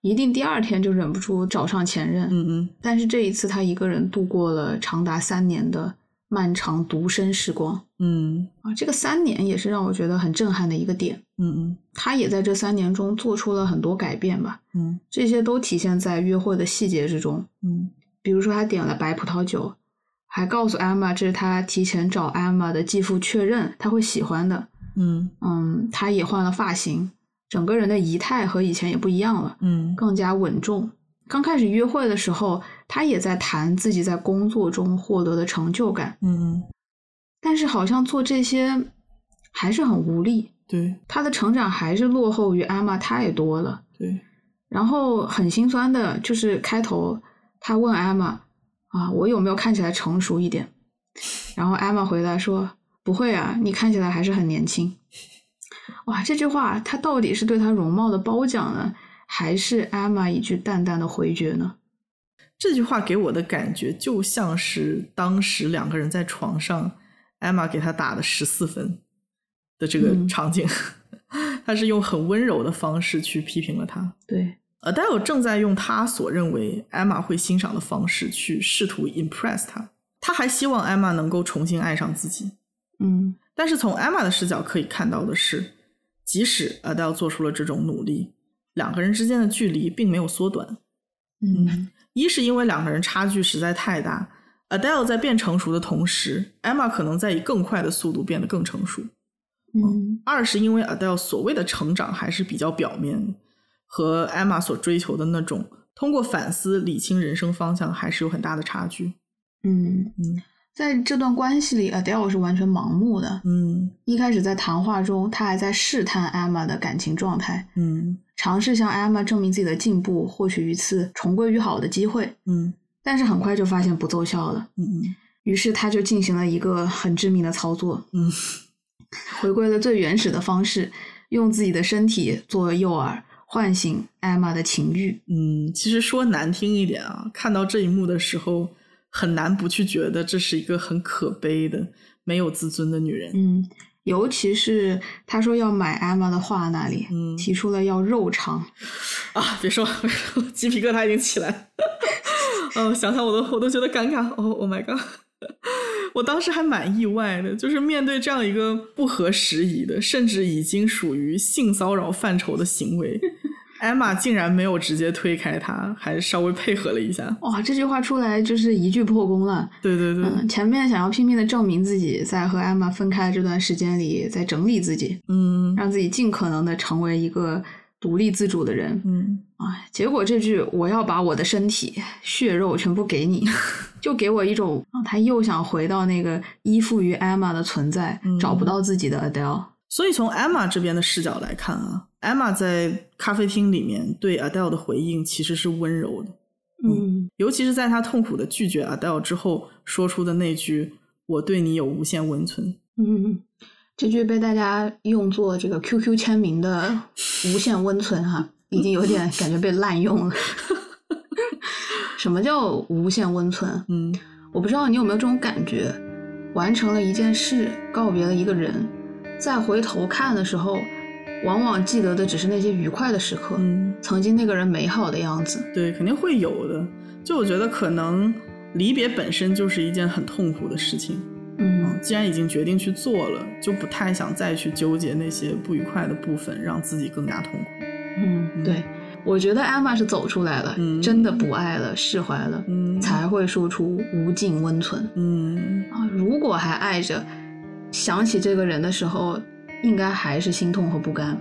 一定第2天就忍不住找上前任。但是这一次他一个人度过了长达3年的漫长独身时光。这个3年也是让我觉得很震撼的一个点。他也在这3年中做出了很多改变吧。这些都体现在约会的细节之中。比如说他点了白葡萄酒，还告诉 Emma 这是他提前找 Emma 的继父确认他会喜欢的。他也换了发型，整个人的仪态和以前也不一样了。更加稳重。刚开始约会的时候，他也在谈自己在工作中获得的成就感。但是好像做这些还是很无力。 对， 他的成长还是落后于 Emma 太多了。 对， 然后很心酸的就是开头他问 Emma 我有没有看起来成熟一点？然后 Emma 回答说不会啊，你看起来还是很年轻。哇，这句话他到底是对他容貌的褒奖呢，还是 Emma 一句淡淡的回绝呢？ 这句话给我的感觉就像是当时2个人在床上 Emma 给他打的14分的这个场景。他是用很温柔的方式去批评了他。 对， Adele 正在用他所认为 Emma 会欣赏的方式去试图 impress 他。他还希望 Emma 能够重新爱上自己。但是从 Emma 的视角可以看到的是，即使 Adele 做出了这种努力，2个人之间的距离并没有缩短。一是因为2个人差距实在太大， Adele 在变成熟的同时， Emma 可能在以更快的速度变得更成熟。二是因为 Adele 所谓的成长还是比较表面的，和 Emma 所追求的那种通过反思理清人生方向还是有很大的差距。 在这段关系里 Adele 是完全盲目的。一开始在谈话中他还在试探 Emma 的感情状态。尝试向 Emma 证明自己的进步，获取一次重归于好的机会。但是很快就发现不奏效了。于是他就进行了一个很致命的操作。回归了最原始的方式，用自己的身体作为诱饵，唤醒 Emma 的情欲。 其实说难听一点看到这一幕的时候很难不去觉得这是一个很可悲的没有自尊的女人。 尤其是他说要买 Emma 的画那里，提出了要肉偿。 别说鸡皮疙瘩已经起来了。想想我都觉得尴尬。Oh my god。我当时还蛮意外的，就是面对这样一个不合时宜的，甚至已经属于性骚扰范畴的行为Emma 竟然没有直接推开他，还稍微配合了一下。 哇，这句话出来就是一句破功了。 对对对， 前面想要拼命的证明自己，在和 Emma 分开这段时间里在整理自己，让自己尽可能的成为一个独立自主的人。结果这句我要把我的身体血肉全部给你就给我一种他又想回到那个依附于 Emma 的存在，找不到自己的 Adele。 所以从 Emma 这边的视角来看Emma 在咖啡厅里面对 Adele 的回应其实是温柔的。尤其是在她痛苦的拒绝 Adele 之后说出的那句我对你有无限温存。 这句被大家用作这个 QQ 签名的无限温存已经有点感觉被滥用了。什么叫无限温存？我不知道你有没有这种感觉，完成了一件事，告别了一个人，再回头看的时候，往往记得的只是那些愉快的时刻，曾经那个人美好的样子。 对，肯定会有的。就我觉得可能离别本身就是一件很痛苦的事情。既然已经决定去做了，就不太想再去纠结那些不愉快的部分，让自己更加痛苦。 对，我觉得 Emma 是走出来了，真的不爱了，释怀了，才会说出无尽温存。如果还爱着，想起这个人的时候，应该还是心痛和不甘。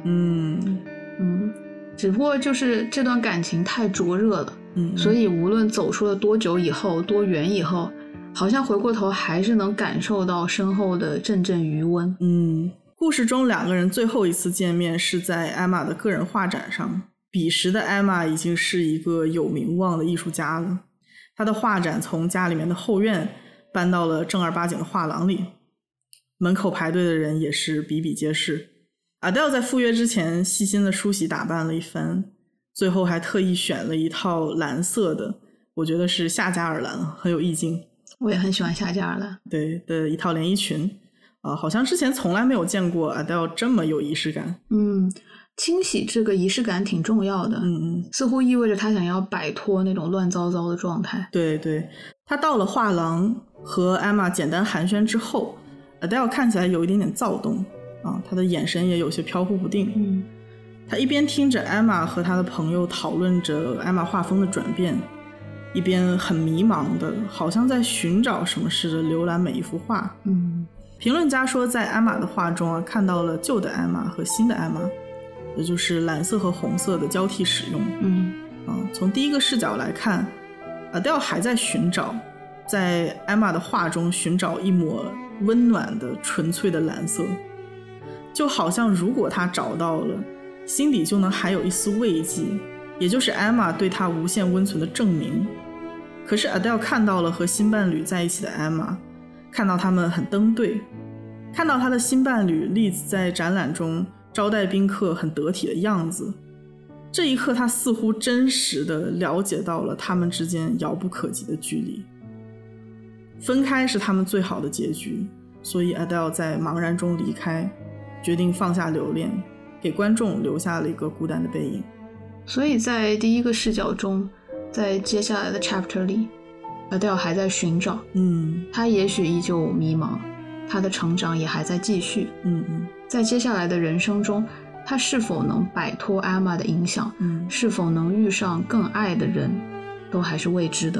只不过就是这段感情太灼热了，所以无论走出了多久以后，多远以后，好像回过头还是能感受到身后的阵阵余温。 故事中2个人最后一次见面是在 Emma 的个人画展上，彼时的 Emma 已经是一个有名望的艺术家了。她的画展从家里面的后院搬到了正儿八经的画廊里，门口排队的人也是比比皆是。Adele 在赴约之前细心的梳洗打扮了一番，最后还特意选了一套蓝色的，我觉得是夏加尔蓝，很有意境。 我也很喜欢夏加尔蓝。 对的一套连衣裙。好像之前从来没有见过 Adele 这么有仪式感。 清洗这个仪式感挺重要的，似乎意味着他想要摆脱那种乱糟糟的状态。 对对，他到了画廊和 Emma 简单寒暄之后， Adele 看起来有一点点躁动啊，他的眼神也有些飘忽不定。他一边听着 Emma 和他的朋友讨论着 Emma 画风的转变，一边很迷茫的好像在寻找什么似的浏览每一幅画。评论家说在 Emma 的画中看到了旧的 Emma 和新的 Emma， 也就是蓝色和红色的交替使用。从第一个视角来看， Adele 还在寻找，在 Emma 的画中寻找一抹温暖的纯粹的蓝色，就好像如果他找到了，心里就能还有一丝慰藉，也就是 Emma 对他无限温存的证明。可是 Adele 看到了和新伴侣在一起的 Emma， 看到他们很登对，看到他的新伴侣 Liz 在展览中招待宾客很得体的样子，这一刻他似乎真实地了解到了他们之间遥不可及的距离。分开是他们最好的结局，所以 Adele 在茫然中离开，决定放下留恋，给观众留下了一个孤单的背影。 所以在第一个视角中，在接下来的 chapter 里， Adele 还在寻找，他也许依旧迷茫，他的成长也还在继续。在接下来的人生中，他是否能摆脱 Emma 的影响，是否能遇上更爱的人，都还是未知的。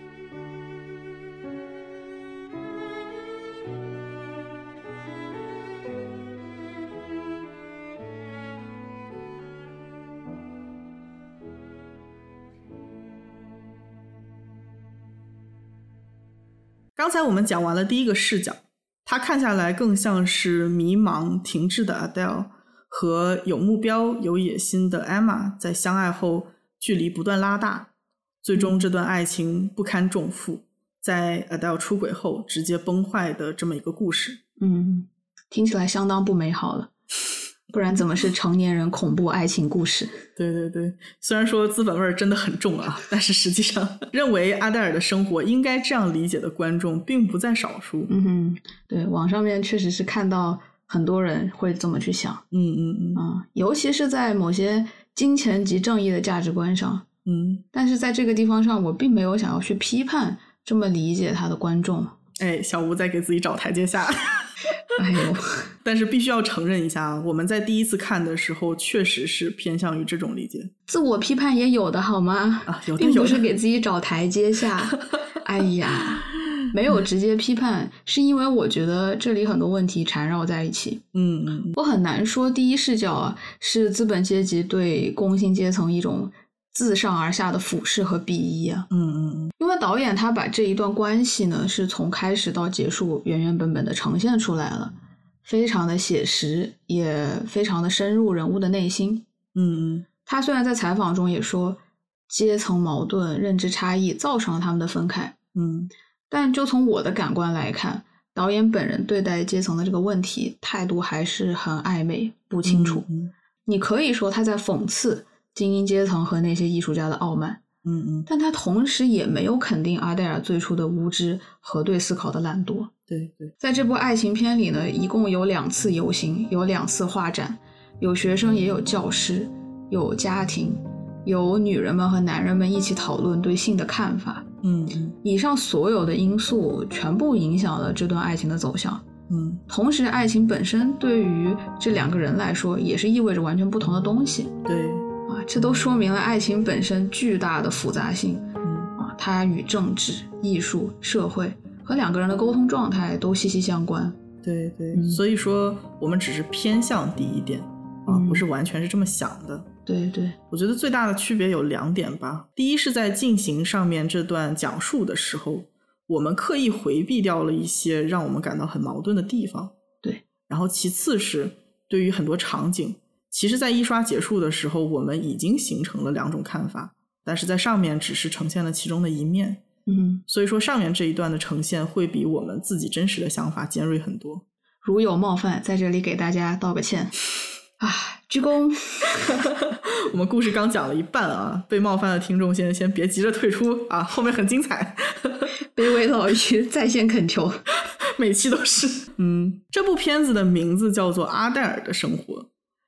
刚才我们讲完了第一个视角，他看下来更像是迷茫停滞的 Adele 和有目标有野心的 Emma 在相爱后距离不断拉大，最终这段爱情不堪重负，在 Adele 出轨后直接崩坏的这么一个故事。 听起来相当不美好了，不然怎么是成年人恐怖爱情故事？ 对对对，虽然说资本味真的很重啊，但是实际上认为阿黛尔的生活应该这样理解的观众并不在少数。 对，网上面确实是看到很多人会这么去想。尤其是在某些金钱及正义的价值观上。但是在这个地方上，我并没有想要去批判这么理解他的观众。 小吴在给自己找台阶下。 哎呦， 但是必须要承认一下，我们在第一次看的时候确实是偏向于这种理解。 自我批判也有的好吗？ 有的， 并不是给自己找台阶下。哎呀，没有直接批判，是因为我觉得这里很多问题缠绕在一起。我很难说第一视角是资本阶级对工薪阶层一种自上而下的俯视和鄙夷啊。因为导演他把这一段关系呢是从开始到结束原原本本的呈现出来了，非常的写实，也非常的深入人物的内心。他虽然在采访中也说阶层矛盾认知差异造成了他们的分开，但就从我的感官来看，导演本人对待阶层的这个问题态度还是很暧昧不清楚。你可以说他在讽刺精英阶层和那些艺术家的傲慢，但他同时也没有肯定阿黛尔最初的无知和对思考的懒惰。 对对， 在这部爱情片里呢，一共有2次游行，有2次画展，有学生也有教师，有家庭，有女人们和男人们一起讨论对性的看法。以上所有的因素全部影响了这段爱情的走向。同时爱情本身对于这2个人来说也是意味着完全不同的东西。 对这都说明了爱情本身巨大的复杂性。它与政治、艺术、社会和2个人的沟通状态都息息相关。 对对，所以说我们只是偏向第一点不是完全是这么想的。 对对， 我觉得最大的区别有2点吧。第一是在进行上面这段讲述的时候，我们刻意回避掉了一些让我们感到很矛盾的地方。 对， 然后其次是对于很多场景，其实在一刷结束的时候我们已经形成了2种看法，但是在上面只是呈现了其中的一面。所以说上面这一段的呈现会比我们自己真实的想法尖锐很多。 如有冒犯，在这里给大家道个歉鞠躬。 我们故事刚讲了一半啊，被冒犯的听众先别急着退出啊，后面很精彩。 卑微老于在线恳求， 每期都是。这部片子的名字叫做《阿黛尔的生活》。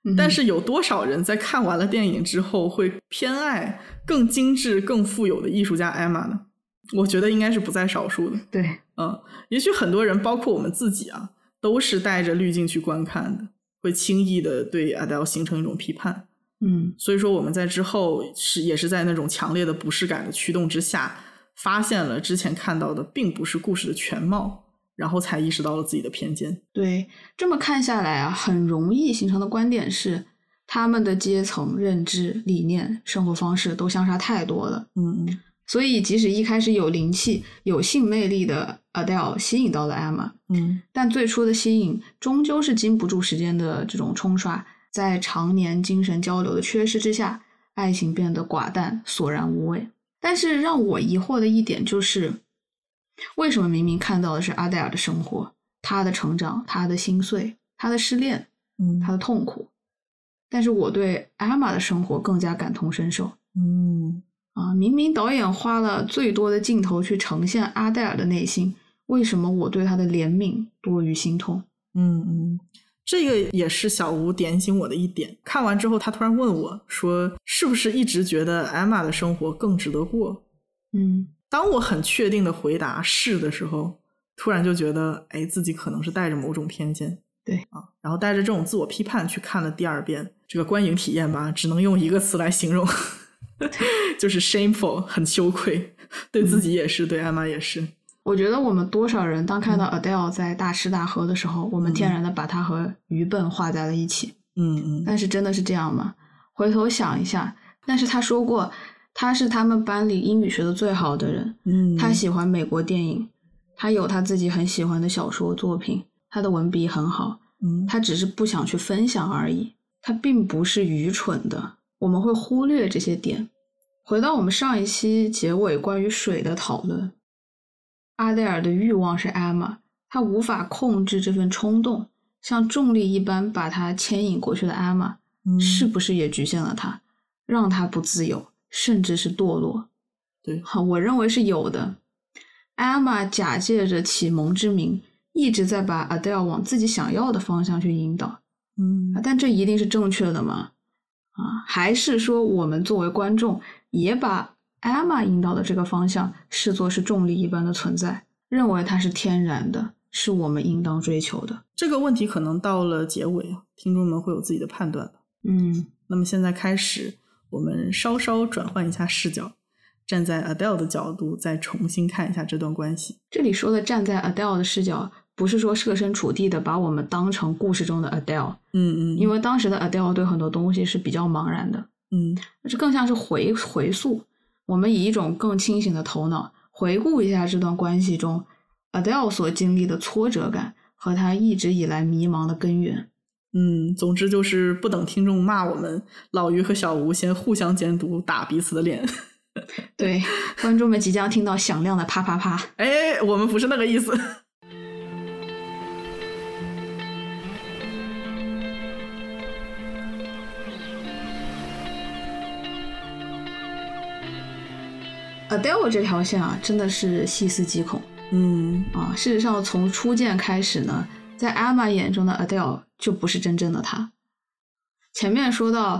但是有多少人在看完了电影之后会偏爱更精致更富有的艺术家 Emma 呢？我觉得应该是不在少数的。 对， 也许很多人包括我们自己啊，都是带着滤镜去观看的，会轻易的对 Adele 形成一种批判。所以说我们在之后也是在那种强烈的不适感的驱动之下，发现了之前看到的并不是故事的全貌，然后才意识到了自己的偏见。 对，这么看下来啊，很容易形成的观点是他们的阶层、认知、理念、生活方式都相差太多了。所以即使一开始有灵气、有性魅力的 Adele 吸引到了 Emma，但最初的吸引终究是经不住时间的这种冲刷，在常年精神交流的缺失之下，爱情变得寡淡、索然无味。但是让我疑惑的一点就是，为什么明明看到的是 Adele 的生活，她的成长，她的心碎，她的失恋，她的痛苦，但是我对 Emma 的生活更加感同身受。明明导演花了最多的镜头去呈现阿黛尔的内心，为什么我对她的怜悯多于心痛？ 这个也是小吴点醒我的一点。看完之后他突然问我说，是不是一直觉得 Emma 的生活更值得过？当我很确定的回答是的时候，突然就觉得自己可能是带着某种偏见。 对然后带着这种自我批判去看了第二遍。这个观影体验吧，只能用一个词来形容就是 shameful， 很羞愧，对自己也是，对 Emma 也是。 我觉得我们多少人当看到 Adele 在大吃大喝的时候，我们天然的把她和愚笨画在了一起。但是真的是这样吗？回头想一下，但是他说过他是他们班里英语学的最好的人，他喜欢美国电影，他有他自己很喜欢的小说作品，他的文笔很好，他只是不想去分享而已，他并不是愚蠢的，我们会忽略这些点。回到我们上一期结尾关于水的讨论，阿黛尔的欲望是 Emma， 她无法控制这份冲动，像重力一般把她牵引过去的 Emma，是不是也局限了她，让她不自由，甚至是堕落？ 对， 我认为是有的。Emma 假借着启蒙之名，一直在把 Adele 往自己想要的方向去引导。但这一定是正确的吗？还是说我们作为观众也把 Emma 引导的这个方向视作是重力一般的存在，认为它是天然的，是我们应当追求的？ 这个问题可能到了结尾听众们会有自己的判断的。那么现在开始，我们稍稍转换一下视角，站在 Adele 的角度再重新看一下这段关系。这里说的站在 Adele 的视角，不是说设身处地的把我们当成故事中的 Adele，因为当时的 Adele 对很多东西是比较茫然的，这更像是回溯，我们以一种更清醒的头脑回顾一下这段关系中 Adele 所经历的挫折感和他一直以来迷茫的根源。总之就是不等听众骂我们，老于和小吴先互相监督，打彼此的脸。对，观众们即将听到响亮的啪啪啪。我们不是那个意思。Adele 这条线真的是细思极恐。事实上从初见开始呢，在 Emma 眼中的 Adele 就不是真正的她。前面说到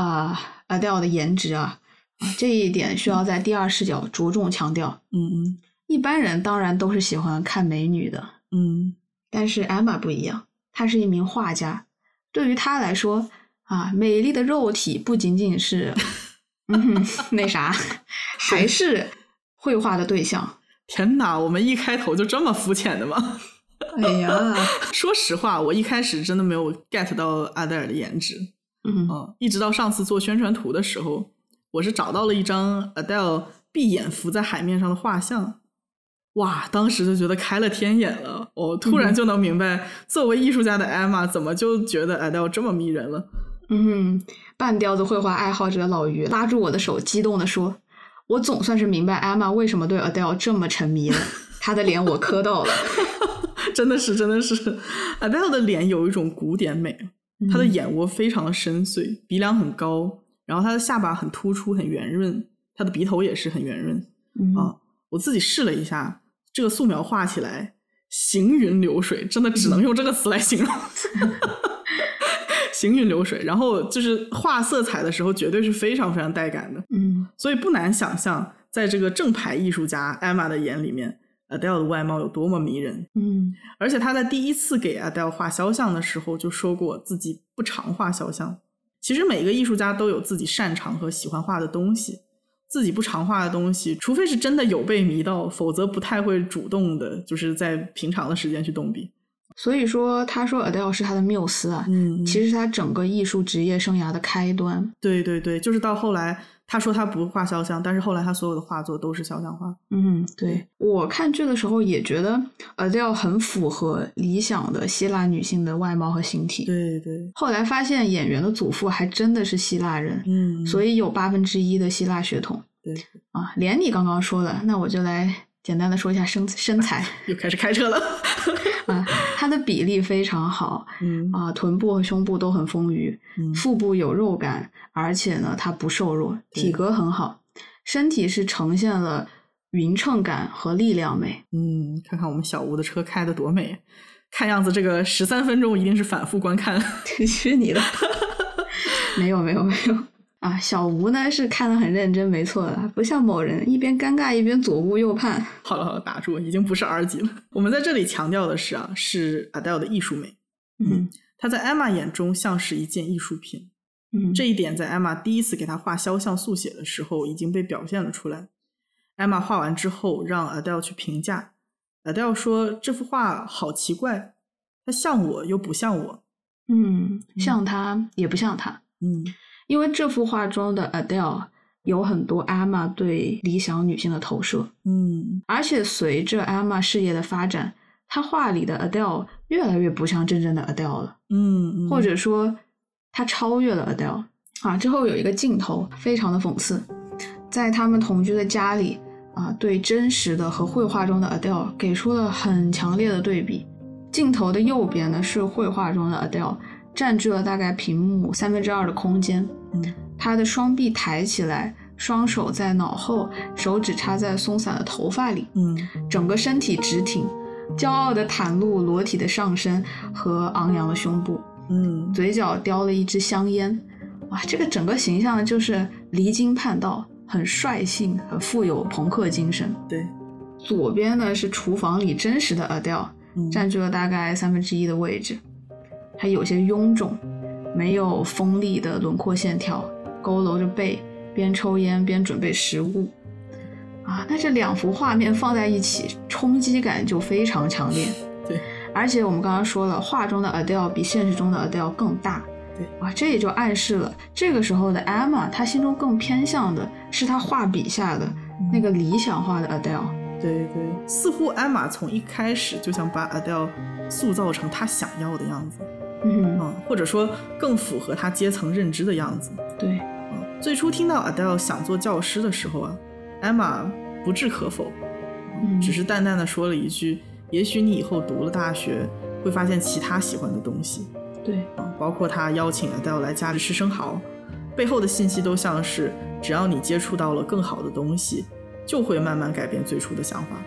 Adele 的颜值这一点需要在第二视角着重强调。一般人当然都是喜欢看美女的，但是 Emma 不一样，她是一名画家，对于她来说美丽的肉体不仅仅是那啥，还是绘画的对象。天哪，我们一开头就这么肤浅的吗？说实话，我一开始真的没有 get 到阿黛尔的颜值。一直到上次做宣传图的时候，我是找到了一张 Adele 闭眼浮在海面上的画像。哇，当时就觉得开了天眼了。突然就能明白作为艺术家的 Emma 怎么就觉得 Adele 这么迷人了。半吊子绘画爱好者老于拉住我的手，激动地说，我总算是明白 Emma 为什么对 Adele 这么沉迷了。她的脸我磕到了。真的是 Adele 的脸有一种古典美，她的眼窝非常的深邃，鼻梁很高，然后她的下巴很突出很圆润，她的鼻头也是很圆润。我自己试了一下，这个素描画起来行云流水，真的只能用这个词来形容。 行云流水，然后就是画色彩的时候绝对是非常非常带感的。所以不难想象在这个正牌艺术家 Emma 的眼里面 Adele 的外貌有多么迷人。而且他在第一次给 Adele 画肖像的时候就说过自己不常画肖像。其实每个艺术家都有自己擅长和喜欢画的东西，自己不常画的东西除非是真的有被迷到，否则不太会主动的就是在平常的时间去动笔。 所以说他说 Adele 是他的缪斯啊，其实是他整个艺术职业生涯的开端。 对对对，就是到后来他说他不画肖像，但是后来他所有的画作都是肖像画。 对，我看剧的时候也觉得 Adele 很符合理想的希腊女性的外貌和形体。 对对， 后来发现演员的祖父还真的是希腊人，所以有1/8的希腊血统。 对啊，连你刚刚说了，那我就来简单的说一下身材。 又开始开车了。 他的比例非常好，臀部和胸部都很丰腴，腹部有肉感，而且呢他不瘦弱，体格很好，身体是呈现了匀称感和力量美。 看看我们小吴的车开得多美，看样子这个13分钟一定是反复观看。 是你的。没有啊，小吴呢是看得很认真，没错的，不像某人一边尴尬一边左顾右盼。 好了，打住，已经不是R级了。我们在这里强调的是是 Adele 的艺术美。她在 Emma 眼中像是一件艺术品。这一点在 Emma 第一次给她画肖像速写的时候已经被表现了出来。Emma 画完之后让 Adele 去评价， Adele 说这幅画好奇怪，它像我又不像我。 像她也不像她。因为这幅画中的 Adele 有很多 Emma 对理想女性的投射。而且随着 Emma 事业的发展，她画里的 Adele 越来越不像真正的 Adele 了。或者说她超越了 Adele。之后有一个镜头非常的讽刺，在他们同居的家里对真实的和绘画中的 Adele 给出了很强烈的对比。镜头的右边呢是绘画中的 Adele，占据了大概屏幕2/3的空间。她的双臂抬起来，双手在脑后，手指插在松散的头发里。整个身体直挺，骄傲地袒露裸体的上身和昂扬的胸部。嘴角叼了一支香烟。哇，这个整个形象就是离经叛道，很率性，很富有朋克精神。 对， 左边呢是厨房里真实的 Adele，占据了大概1/3的位置，还有些臃肿，没有锋利的轮廓线条，佝偻着背，边抽烟边准备食物。那这2幅画面放在一起，冲击感就非常强烈。 对， 而且我们刚刚说了，画中的 Adele 比现实中的 Adele 更大。 对， 这也就暗示了这个时候的 Emma 她心中更偏向的是她画笔下的那个理想化的 Adele。 对对，似乎 Emma 从一开始就想把 Adele 塑造成她想要的样子。或者说更符合她阶层认知的样子。 对， 最初听到 Adele 想做教师的时候Emma 不置可否，只是淡淡的说了一句，也许你以后读了大学会发现其他喜欢的东西。 对， 包括他邀请 Adele 来家里吃生蚝，背后的信息都像是只要你接触到了更好的东西，就会慢慢改变最初的想法。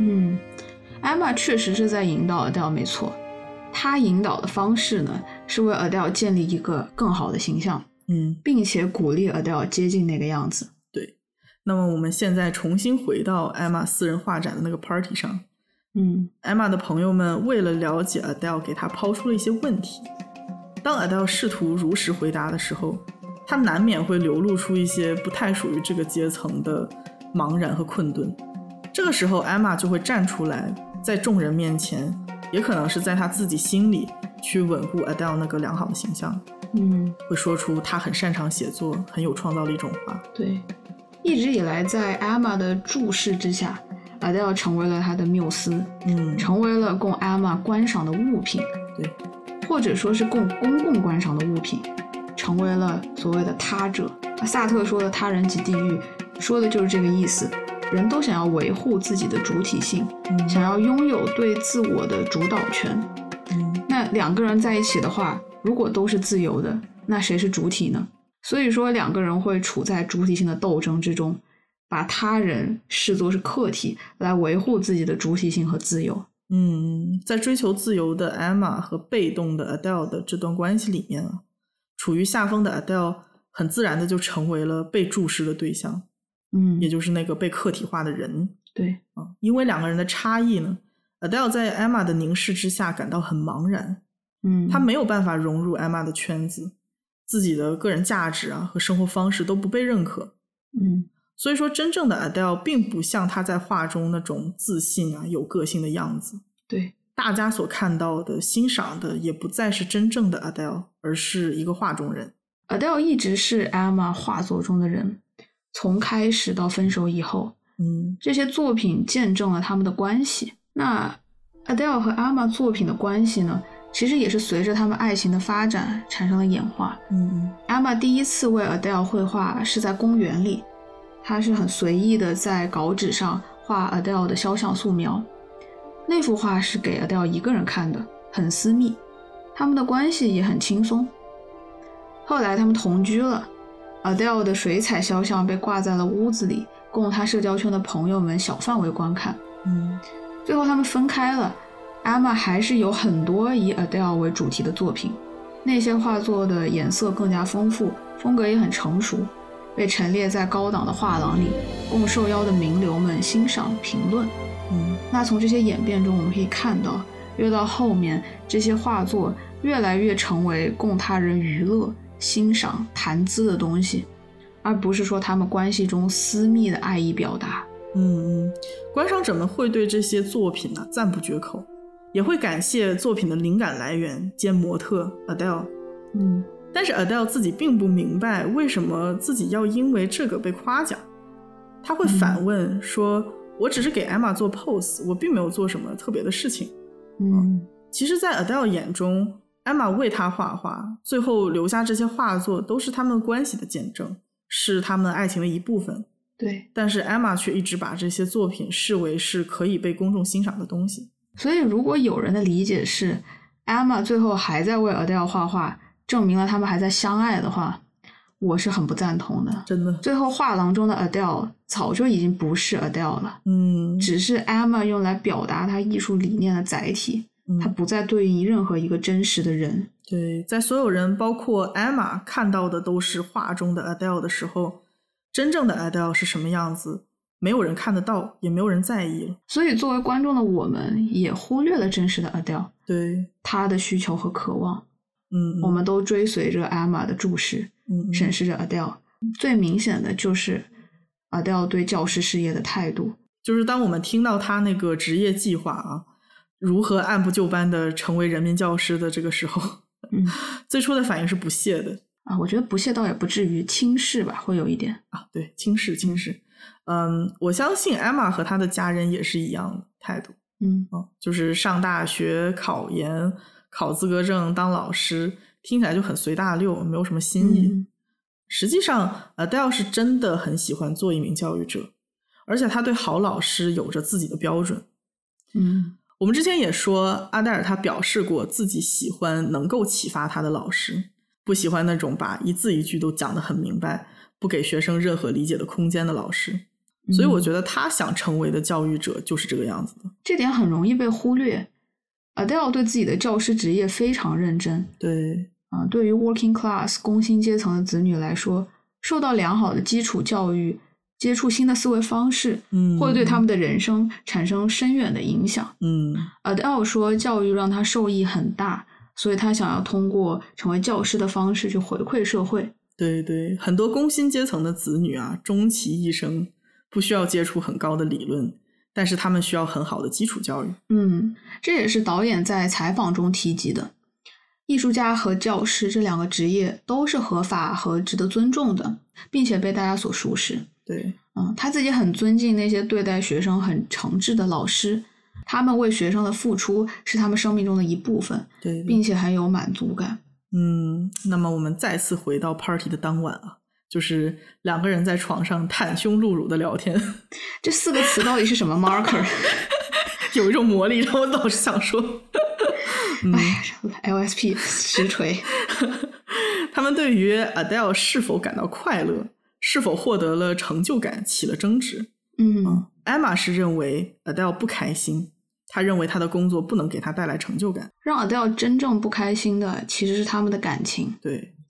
Emma 确实是在引导 Adele， 没错，她引导的方式呢是为 Adele 建立一个更好的形象，并且鼓励 Adele 接近那个样子。 对，那么我们现在重新回到 Emma 私人画展的那个 party 上。Emma 的朋友们为了了解 Adele 给她抛出了一些问题，当 Adele 试图如实回答的时候，她难免会流露出一些不太属于这个阶层的茫然和困顿。这个时候 Emma 就会站出来，在众人面前，也可能是在她自己心里去稳固 Adele 那个良好的形象。会说出她很擅长写作，很有创造力这种话。 对，一直以来在 Emma 的注视之下，Adele 成为了她的缪斯，成为了供 Emma 观赏的物品。 对， 或者说是供公共观赏的物品，成为了所谓的他者。萨特说的他人即地狱，说的就是这个意思。人都想要维护自己的主体性，想要拥有对自我的主导权。那2个人在一起的话，如果都是自由的，那谁是主体呢？所以说2个人会处在主体性的斗争之中，把他人视作是客体，来维护自己的主体性和自由。 在追求自由的 Emma 和被动的 Adele 的这段关系里面处于下风的 Adele 很自然的就成为了被注视的对象，也就是那个被客体化的人。 对， 因为两个人的差异呢， Adele 在 Emma 的凝视之下感到很茫然，她没有办法融入 Emma 的圈子，自己的个人价值啊和生活方式都不被认可。所以说真正的 Adele 并不像她在画中那种自信啊有个性的样子。 对， 大家所看到的欣赏的也不再是真正的 Adele， 而是一个画中人。 Adele 一直是 Emma 画作中的人，从开始到分手以后，这些作品见证了他们的关系。那 Adele 和 Emma 作品的关系呢，其实也是随着他们爱情的发展产生了演化。Emma 第一次为 Adele 绘画是在公园里，她是很随意的在稿纸上画 Adele 的肖像素描，那幅画是给 Adele 一个人看的，很私密，他们的关系也很轻松。后来他们同居了， Adele 的水彩肖像被挂在了屋子里，供她社交圈的朋友们小范围观看。最后他们分开了， Emma 还是有很多以 Adele 为主题的作品，那些画作的颜色更加丰富，风格也很成熟，被陈列在高档的画廊里，供受邀的名流们欣赏评论。那从这些演变中我们可以看到，越到后面这些画作越来越成为供他人娱乐、欣赏、谈资的东西，而不是说他们关系中私密的爱意表达。 观赏者们会对这些作品赞不绝口，也会感谢作品的灵感来源兼模特 Adele。但是 Adele 自己并不明白为什么自己要因为这个被夸奖。他会反问说，我只是给 Emma 做 pose， 我并没有做什么特别的事情。其实在 Adele 眼中， Emma 为他画画，最后留下这些画作都是他们关系的见证，是他们爱情的一部分。 对， 但是 Emma 却一直把这些作品视为是可以被公众欣赏的东西。 所以如果有人的理解是 Emma 最后还在为 Adele 画画，证明了他们还在相爱的话，我是很不赞同的。 真的， 最后画廊中的 Adele 早就已经不是 Adele 了，只是 Emma 用来表达她艺术理念的载体，它不再对应任何一个真实的人。 对，在所有人包括 Emma 看到的都是画中的 Adele 的时候，真正的 Adele 是什么样子，没有人看得到，也没有人在意了。 所以作为观众的我们也忽略了真实的 Adele， 对， 她的需求和渴望。我们都追随着 Emma 的注视，审视着 Adele。最明显的就是 Adele 对教师事业的态度， 就是当我们听到她那个职业计划如何按部就班的成为人民教师的这个时候，最初的反应是不屑的。 我觉得不屑倒也不至于，轻视吧，会有一点对，轻视。我相信 Emma 和她的家人也是一样的态度。就是上大学、考研、考资格证、当老师，听起来就很随大溜，没有什么新意。实际上 Adele 是真的很喜欢做一名教育者，而且他对好老师有着自己的标准。我们之前也说，阿黛尔他表示过自己喜欢能够启发他的老师，不喜欢那种把一字一句都讲得很明白，不给学生任何理解的空间的老师。所以我觉得他想成为的教育者就是这个样子的。 这点很容易被忽略。Adele 对自己的教师职业非常认真。 对， 对于 working class 工薪阶层的子女来说，受到良好的基础教育，接触新的思维方式，会对他们的人生产生深远的影响。Adele 说教育让他受益很大，所以他想要通过成为教师的方式去回馈社会。 对，很多工薪阶层的子女终其一生不需要接触很高的理论，但是他们需要很好的基础教育。 这也是导演在采访中提及的。艺术家和教师这两个职业都是合法和值得尊重的，并且被大家所熟识。 对， 他自己很尊敬那些对待学生很诚挚的老师，他们为学生的付出是他们生命中的一部分， 对， 并且很有满足感。 那么我们再次回到 party 的当晚就是两个人在床上袒胸露乳的聊天。 这4个词到底是什么 marker？ 有一种魔力让我老是想说 LSP 实锤。 他们对于 Adele 是否感到快乐，是否获得了成就感起了争执。Emma 是认为 Adele 不开心，他认为他的工作不能给他带来成就感。 让 Adele 真正不开心的其实是他们的感情。 对，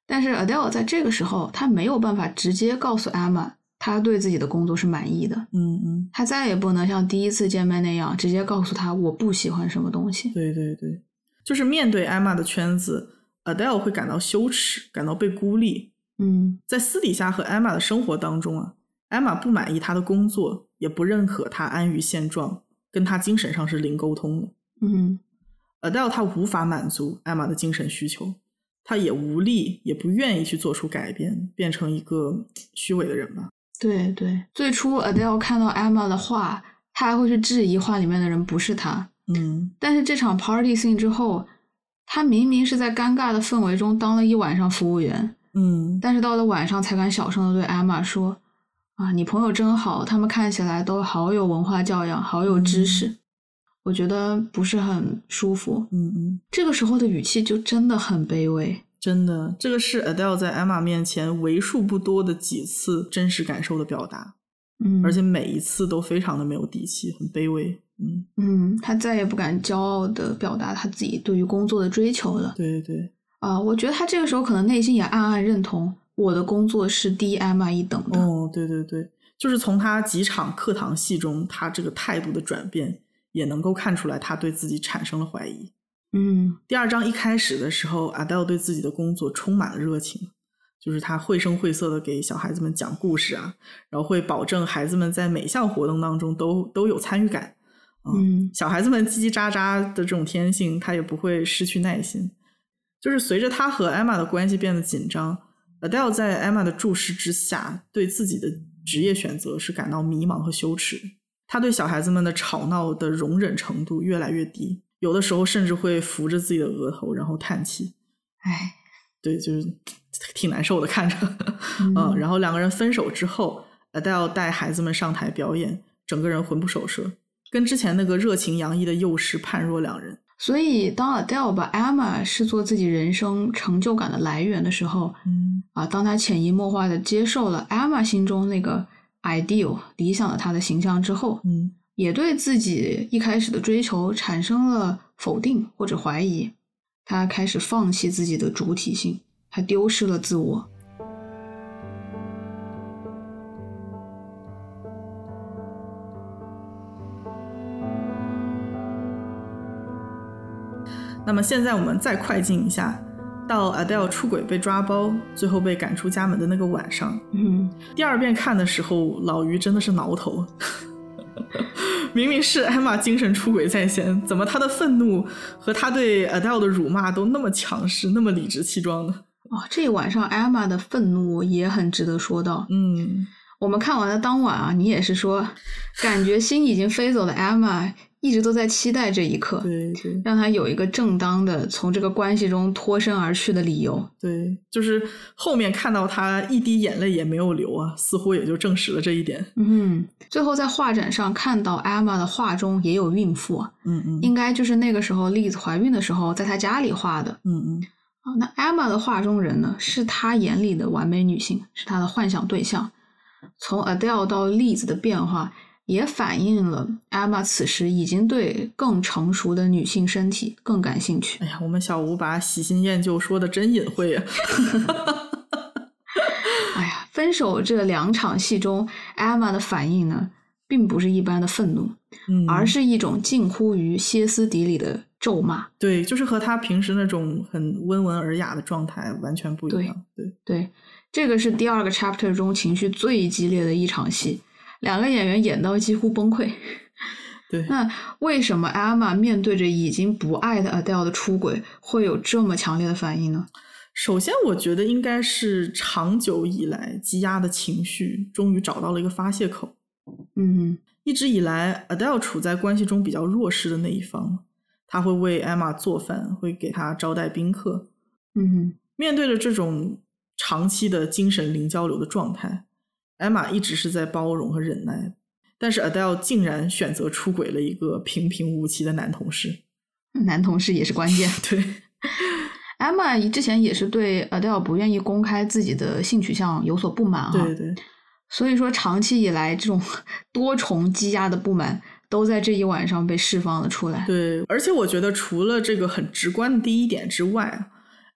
但是 Adele 在这个时候，她没有办法直接告诉 Emma 她对自己的工作是满意的。她再也不能像第一次见面那样直接告诉她我不喜欢什么东西。 对，就是面对 Emma 的圈子， Adele 会感到羞耻，感到被孤立。在私底下和 Emma 的生活当中啊，Emma 不满意她的工作，也不认可她安于现状，跟她精神上是零沟通的。Adele 她无法满足 Emma 的精神需求，她也无力也不愿意去做出改变，变成一个虚伪的人吧。 对，最初 Adele 看到 Emma 的画，她还会去质疑画里面的人不是她。但是这场 party scene 之后，她明明是在尴尬的氛围中当了一晚上服务员，但是到了晚上才敢小声的对 Emma 说啊，你朋友真好，他们看起来都好有文化教养，好有知识。我觉得不是很舒服。这个时候的语气就真的很卑微。 真的，这个是 Adele 在 Emma 面前为数不多的几次真实感受的表达。而且每一次都非常的没有底气，很卑微。 他再也不敢骄傲的表达他自己对于工作的追求了。 对我觉得他这个时候可能内心也暗暗认同我的工作是低 Emma 一等的。 对，就是从他几场课堂戏中他这个态度的转变也能够看出来他对自己产生了怀疑。第二章一开始的时候 Adele 对自己的工作充满了热情，就是他绘声绘色的给小孩子们讲故事啊，然后会保证孩子们在每项活动当中都有参与感。小孩子们叽叽喳喳的这种天性他也不会失去耐心。就是随着他和 Emma 的关系变得紧张， Adele 在 Emma 的注视之下对自己的职业选择是感到迷茫和羞耻。他对小孩子们的吵闹的容忍程度越来越低，有的时候甚至会扶着自己的额头然后叹气。对，就是挺难受的看着。然后两个人分手之后， Adele 带孩子们上台表演，整个人魂不守舍，跟之前那个热情洋溢的幼师判若两人。 所以当 Adele 把 Emma 视作自己人生成就感的来源的时候，当他潜移默化的接受了 Emma 心中那个 ideal 理想的他的形象之后，也对自己一开始的追求产生了否定或者怀疑。他开始放弃自己的主体性，他丢失了自我。 那么现在我们再快进一下，到 Adele 出轨被抓包，最后被赶出家门的那个晚上。第二遍看的时候，老于真的是挠头。明明是 Emma 精神出轨在先，怎么她的愤怒和她对 Adele 的辱骂都那么强势，那么理直气壮呢？ 这一晚上 Emma 的愤怒也很值得说到。我们看完的当晚你也是说感觉心已经飞走的 Emma 一直都在期待这一刻， 对， 让她有一个正当的从这个关系中脱身而去的理由。 对，就是后面看到她一滴眼泪也没有流啊，似乎也就证实了这一点。 最后在画展上看到 Emma 的画中也有孕妇应该就是那个时候Liz怀孕的时候在她家里画的。那 Emma 的画中人呢，是她眼里的完美女性，是她的幻想对象。从 Adele 到 Liz 的变化也反映了 Emma 此时已经对更成熟的女性身体更感兴趣。 我们小吴把喜新厌旧说的真隐晦啊。 分手这两场戏中 Emma 的反应呢，并不是一般的愤怒，而是一种近乎于歇斯底里的咒骂。 对，就是和她平时那种很温文尔雅的状态完全不一样。 对，这个是第二个 chapter 中情绪最激烈的一场戏，两个演员演到几乎崩溃。 对， 那为什么 Emma 面对着已经不爱的 Adele 的出轨会有这么强烈的反应呢？ 首先我觉得应该是长久以来积压的情绪终于找到了一个发泄口。一直以来 Adele 处在关系中比较弱势的那一方，他会为 Emma 做饭，会给她招待宾客。面对着这种长期的精神零交流的状态， Emma 一直是在包容和忍耐，但是 Adele 竟然选择出轨了一个平平无奇的男同事。 男同事也是关键。 对， Emma 之前也是对 Adele 不愿意公开自己的性取向有所不满对， 所以说长期以来这种多重积压的不满都在这一晚上被释放了出来。 对，而且我觉得除了这个很直观的第一点之外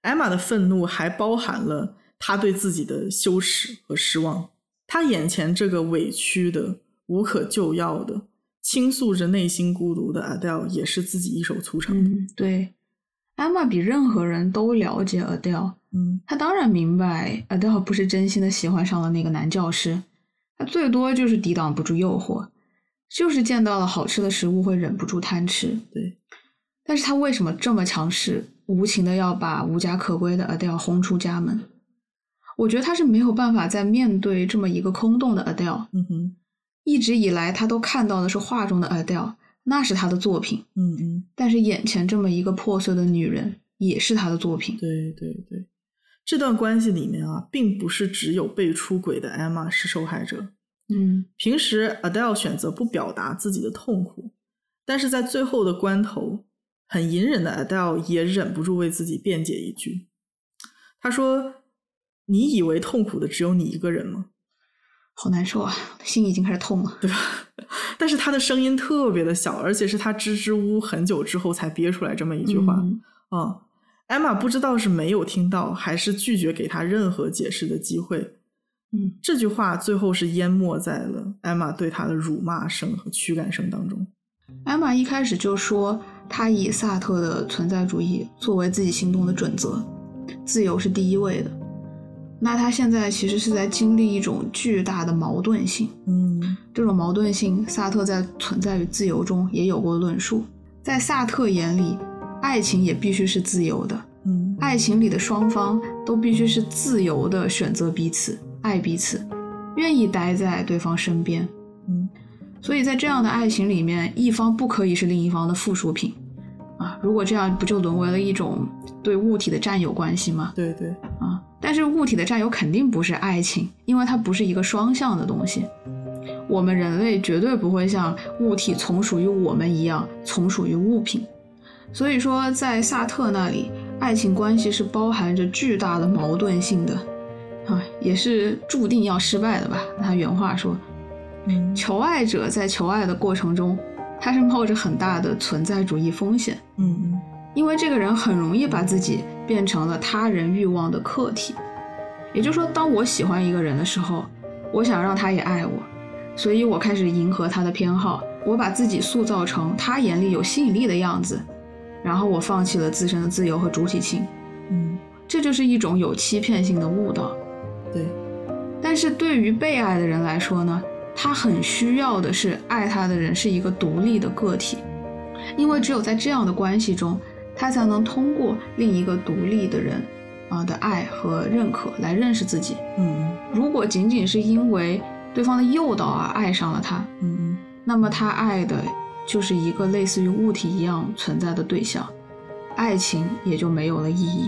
Emma 的愤怒还包含了她对自己的羞耻和失望。她眼前这个委屈的、无可救药的、倾诉着内心孤独的 Adele 也是自己一手促成的。 对， Emma 比任何人都了解 Adele。她当然明白 Adele 不是真心的喜欢上了那个男教师，她最多就是抵挡不住诱惑，就是见到了好吃的食物会忍不住贪吃。 对， 但是她为什么这么强势，无情的要把无家可归的 Adele 轰出家门？我觉得她是没有办法再面对这么一个空洞的 Adele。一直以来她都看到的是画中的 Adele， 那是她的作品。但是眼前这么一个破碎的女人也是她的作品。 对，这段关系里面啊，并不是只有被出轨的 Emma 是受害者。平时 Adele 选择不表达自己的痛苦，但是在最后的关头，很隐忍的 Adele 也忍不住为自己辩解一句。他说，你以为痛苦的只有你一个人吗？ 好难受啊，心已经开始痛了， 对吧？但是他的声音特别的小，而且是他支支吾吾很久之后才憋出来这么一句话。Emma 不知道是没有听到，还是拒绝给他任何解释的机会。这句话最后是淹没在了 Emma 对他的辱骂声和驱赶声当中。 Emma 一开始就说，她以萨特的存在主义作为自己行动的准则，自由是第一位的。那她现在其实是在经历一种巨大的矛盾性。这种矛盾性，萨特在《存在与自由》中也有过论述。在萨特眼里，爱情也必须是自由的。爱情里的双方都必须是自由的选择彼此，爱彼此，愿意待在对方身边。所以在这样的爱情里面，一方不可以是另一方的附属品啊！如果这样，不就沦为了一种对物体的占有关系吗？ 对啊！但是物体的占有肯定不是爱情，因为它不是一个双向的东西。我们人类绝对不会像物体从属于我们一样从属于物品。所以说，在萨特那里，爱情关系是包含着巨大的矛盾性的也是注定要失败的吧。他原话说，求爱者在求爱的过程中，他是冒着很大的存在主义风险。因为这个人很容易把自己变成了他人欲望的客体。也就是说，当我喜欢一个人的时候，我想让他也爱我，所以我开始迎合他的偏好，我把自己塑造成他眼里有吸引力的样子，然后我放弃了自身的自由和主体性。这就是一种有欺骗性的误导。 对， 但是对于被爱的人来说呢，他很需要的是爱他的人是一个独立的个体，因为只有在这样的关系中，他才能通过另一个独立的人的爱和认可来认识自己。如果仅仅是因为对方的诱导而爱上了他，那么他爱的就是一个类似于物体一样存在的对象，爱情也就没有了意义。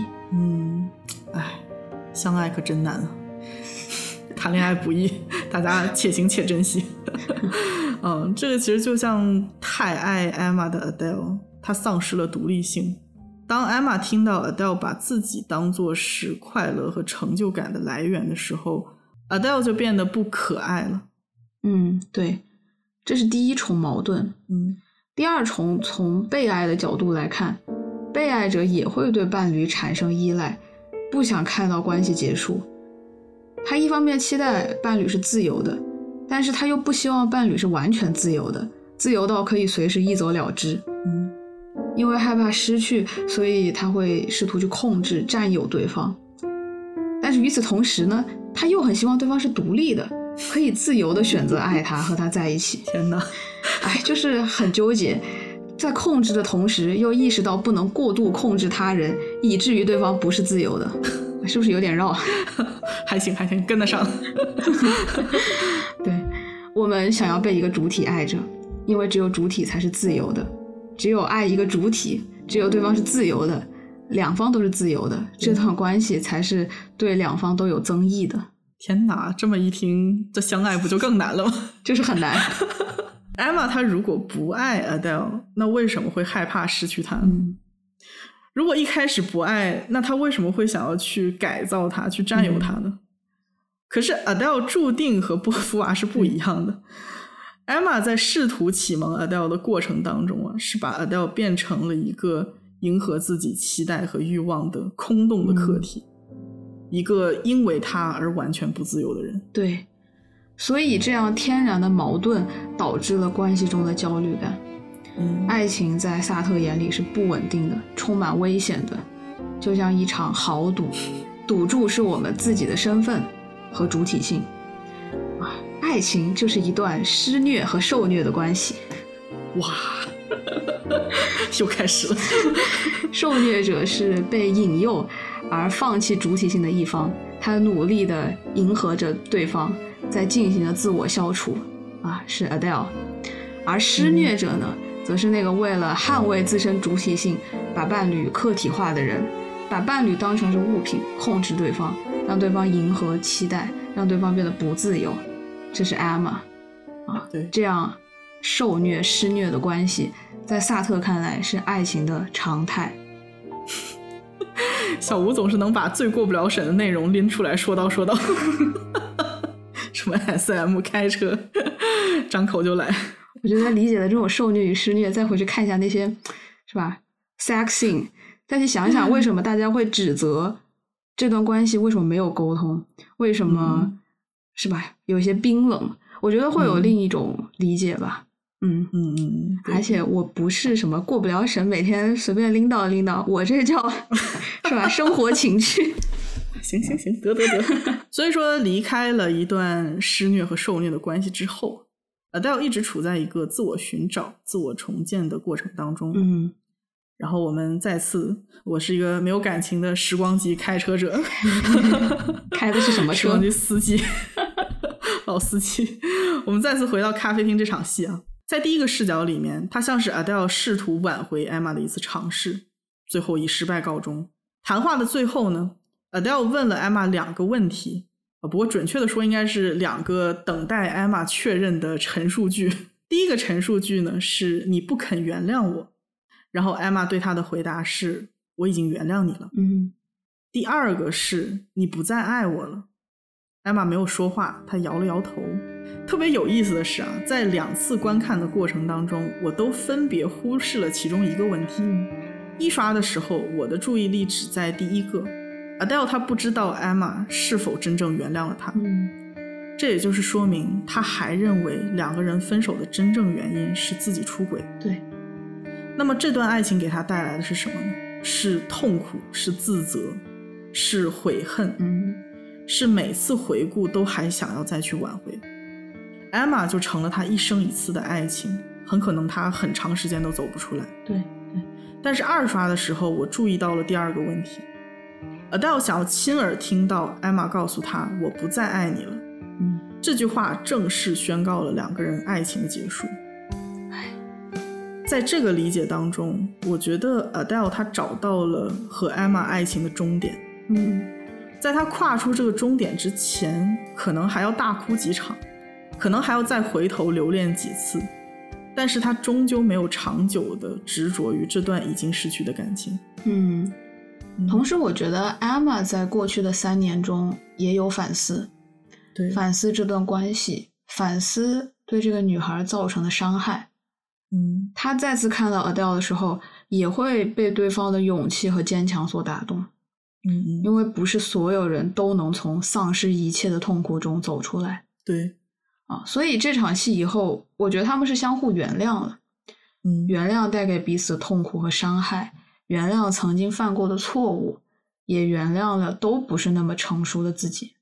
相爱可真难啊，谈恋爱不易，大家且行且珍惜。这个其实就像太爱 Emma 的 Adele， 她丧失了独立性。当 Emma 听到 Adele 把自己当作是快乐和成就感的来源的时候， Adele 就变得不可爱了。 对，这是第一重矛盾。第二重，从被爱的角度来看，被爱者也会对伴侣产生依赖，不想看到关系结束。他一方面期待伴侣是自由的，但是他又不希望伴侣是完全自由的，自由到可以随时一走了之。因为害怕失去，所以他会试图去控制占有对方。但是与此同时呢，他又很希望对方是独立的，可以自由的选择爱他，和他在一起。 天哪， 就是很纠结，在控制的同时又意识到不能过度控制他人，以至于对方不是自由的。是不是有点绕？ 还行跟得上。 对，我们想要被一个主体爱着，因为只有主体才是自由的，只有爱一个主体，只有对方是自由的，两方都是自由的，这段关系才是对两方都有增益的。 天哪，这么一听，这相爱不就更难了吗？ 就是很难。 Emma 她如果不爱 Adele， 那为什么会害怕失去她呢？如果一开始不爱，那她为什么会想要去改造她，去占有她呢？可是 Adele 注定和波伏娃是不一样的。Emma 在试图启蒙 Adele 的过程当中是把 Adele 变成了一个迎合自己期待和欲望的空洞的客体，一个因为他而完全不自由的人。 对，所以这样天然的矛盾导致了关系中的焦虑感。爱情在萨特眼里是不稳定的，充满危险的，就像一场豪赌，赌注是我们自己的身份和主体性。爱情就是一段施虐和受虐的关系。 哇，又开始了。 受虐者是被引诱而放弃主体性的一方，他努力地迎合着对方，在进行着自我消除，是 Adele。 而施虐者呢，则是那个为了捍卫自身主体性，把伴侣客体化的人，把伴侣当成是物品，控制对方，让对方迎合期待，让对方变得不自由。这是 Emma 对， 这样受虐施虐的关系在萨特看来是爱情的常态。 小吴总是能把最过不了审的内容拎出来说道什么 SM 开车张口就来。 我觉得理解了这种受虐与施虐，再回去看一下那些是吧 sex scene， 再去想想为什么大家会指责这段关系为什么没有沟通，为什么是吧有一些冰冷，我觉得会有另一种理解吧。而且我不是什么过不了审每天随便拎到，我这叫是吧生活情趣。 行，得。所以说离开了一段施虐和受虐的关系之后， Adele 一直处在一个自我寻找自我重建的过程当中。然后我们再次，我是一个没有感情的时光机开车者。 开的是什么车？ 时光机司机。老司机。我们再次回到咖啡厅这场戏啊，在第一个视角里面，它像是 Adele 试图挽回 Emma 的一次尝试，最后以失败告终。谈话的最后呢， Adele 问了 Emma 2个问题，不过准确的说应该是2个等待 Emma 确认的陈述句。第一个陈述句呢是你不肯原谅我，然后 Emma 对他的回答是我已经原谅你了。第二个是你不再爱我了。 Emma 没有说话，她摇了摇头。特别有意思的是啊，在2次观看的过程当中，我都分别忽视了其中一个问题。一刷的时候，我的注意力只在第一个， Adele 她不知道 Emma 是否真正原谅了她。这也就是说明她还认为2个人分手的真正原因是自己出轨。 对。 那么这段爱情给她带来的是什么呢？是痛苦，是自责，是悔恨，是每次回顾都还想要再去挽回。 Emma 就成了她一生一次的爱情，很可能她很长时间都走不出来。 对。 但是2刷的时候，我注意到了第2个问题， Adele 想要亲耳听到 Emma 告诉她我不再爱你了。这句话正式宣告了2个人爱情的结束。在这个理解当中，我觉得 Adele 她找到了和 Emma 爱情的终点。在她跨出这个终点之前，可能还要大哭几场，可能还要再回头留恋几次，但是她终究没有长久的执着于这段已经失去的感情。 同时我觉得 Emma 在过去的3年中也有反思。 对， 反思这段关系，反思对这个女孩造成的伤害。她再次看到 Adele 的时候，也会被对方的勇气和坚强所打动。因为不是所有人都能从丧失一切的痛苦中走出来。 对。 所以这场戏以后，我觉得他们是相互原谅了。原谅带给彼此的痛苦和伤害，原谅曾经犯过的错误，也原谅了都不是那么成熟的自己。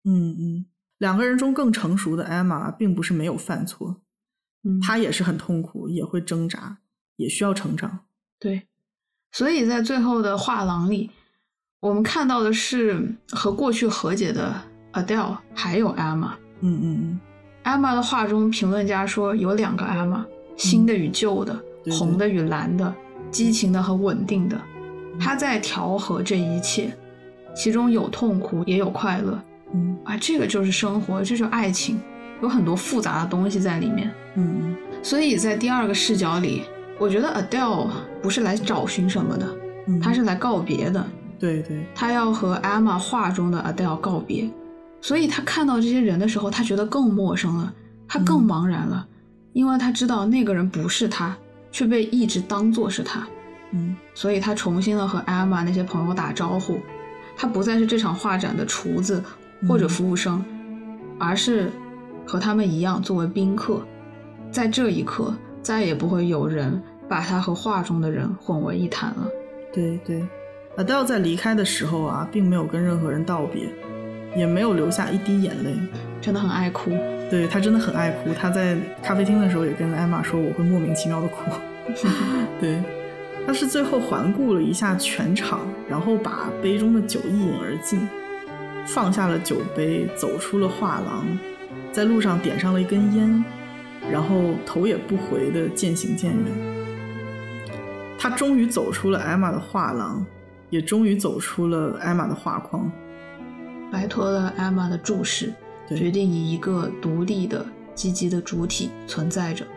2个人中更成熟的 Emma 并不是没有犯错，她也是很痛苦，也会挣扎，也需要成长。 对，所以在最后的画廊里，我们看到的是和过去和解的 Adele 还有 Emma。Emma 的画中评论家说有2个 Emma， 新的与旧的，红的与蓝的，激情的和稳定的。她在调和这一切，其中有痛苦也有快乐。这个就是生活，这就是爱情，有很多复杂的东西在里面。所以在第2个视角里，我觉得 Adele 不是来找寻什么的，她是来告别的。 对， 她要和 Emma 画中的 Adele 告别，所以她看到这些人的时候，她觉得更陌生了，她更茫然了，因为她知道那个人不是她，却被一直当作是她。 所以他重新的和 Emma 那些朋友打招呼，他不再是这场画展的厨子或者服务生，而是和他们一样作为宾客。在这一刻再也不会有人把他和画中的人混为一谈了。 对对，Adele 在离开的时候啊，并没有跟任何人道别，也没有流下一滴眼泪， 真的很爱哭。 对，他真的很爱哭，他在咖啡厅的时候也跟 Emma 说我会莫名其妙的哭对，他是最后环顾了一下全场，然后把杯中的酒一饮而尽，放下了酒杯，走出了画廊，在路上点上了一根烟，然后头也不回地渐行渐远。他终于走出了 Emma 的画廊，也终于走出了 Emma 的画框， 摆脱了 Emma 的注视，决定以一个独立的积极的主体存在着。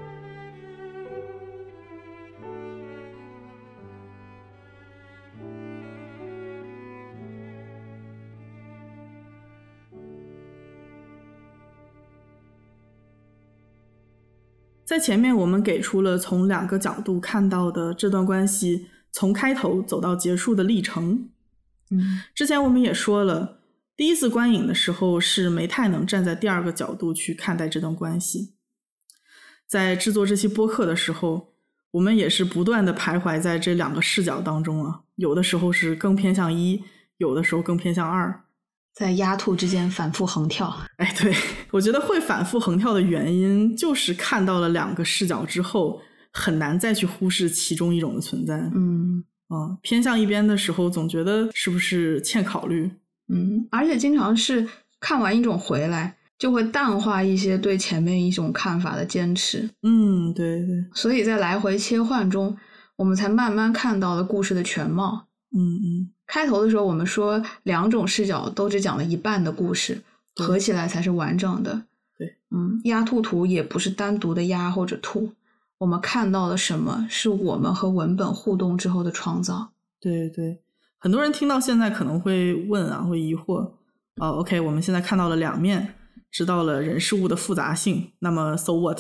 在前面我们给出了从2个角度看到的这段关系从开头走到结束的历程。之前我们也说了，第一次观影的时候是没太能站在第2个角度去看待这段关系。在制作这期播客的时候，我们也是不断的徘徊在这2个视角当中啊，有的时候是更偏向1，有的时候更偏向2， 在鸭兔之间反复横跳。 哎，对，我觉得会反复横跳的原因就是看到了2个视角之后很难再去忽视其中一种的存在。偏向一边的时候总觉得是不是欠考虑。 而且经常是看完一种回来就会淡化一些对前面一种看法的坚持。 对对， 所以在来回切换中我们才慢慢看到了故事的全貌。开头的时候我们说2种视角都只讲了一半的故事，合起来才是完整的。 对， 鸭兔图也不是单独的鸭或者兔，我们看到了什么是我们和文本互动之后的创造。 对对，很多人听到现在可能会问啊，会疑惑OK， 我们现在看到了2面，知道了人事物的复杂性，那么 so what？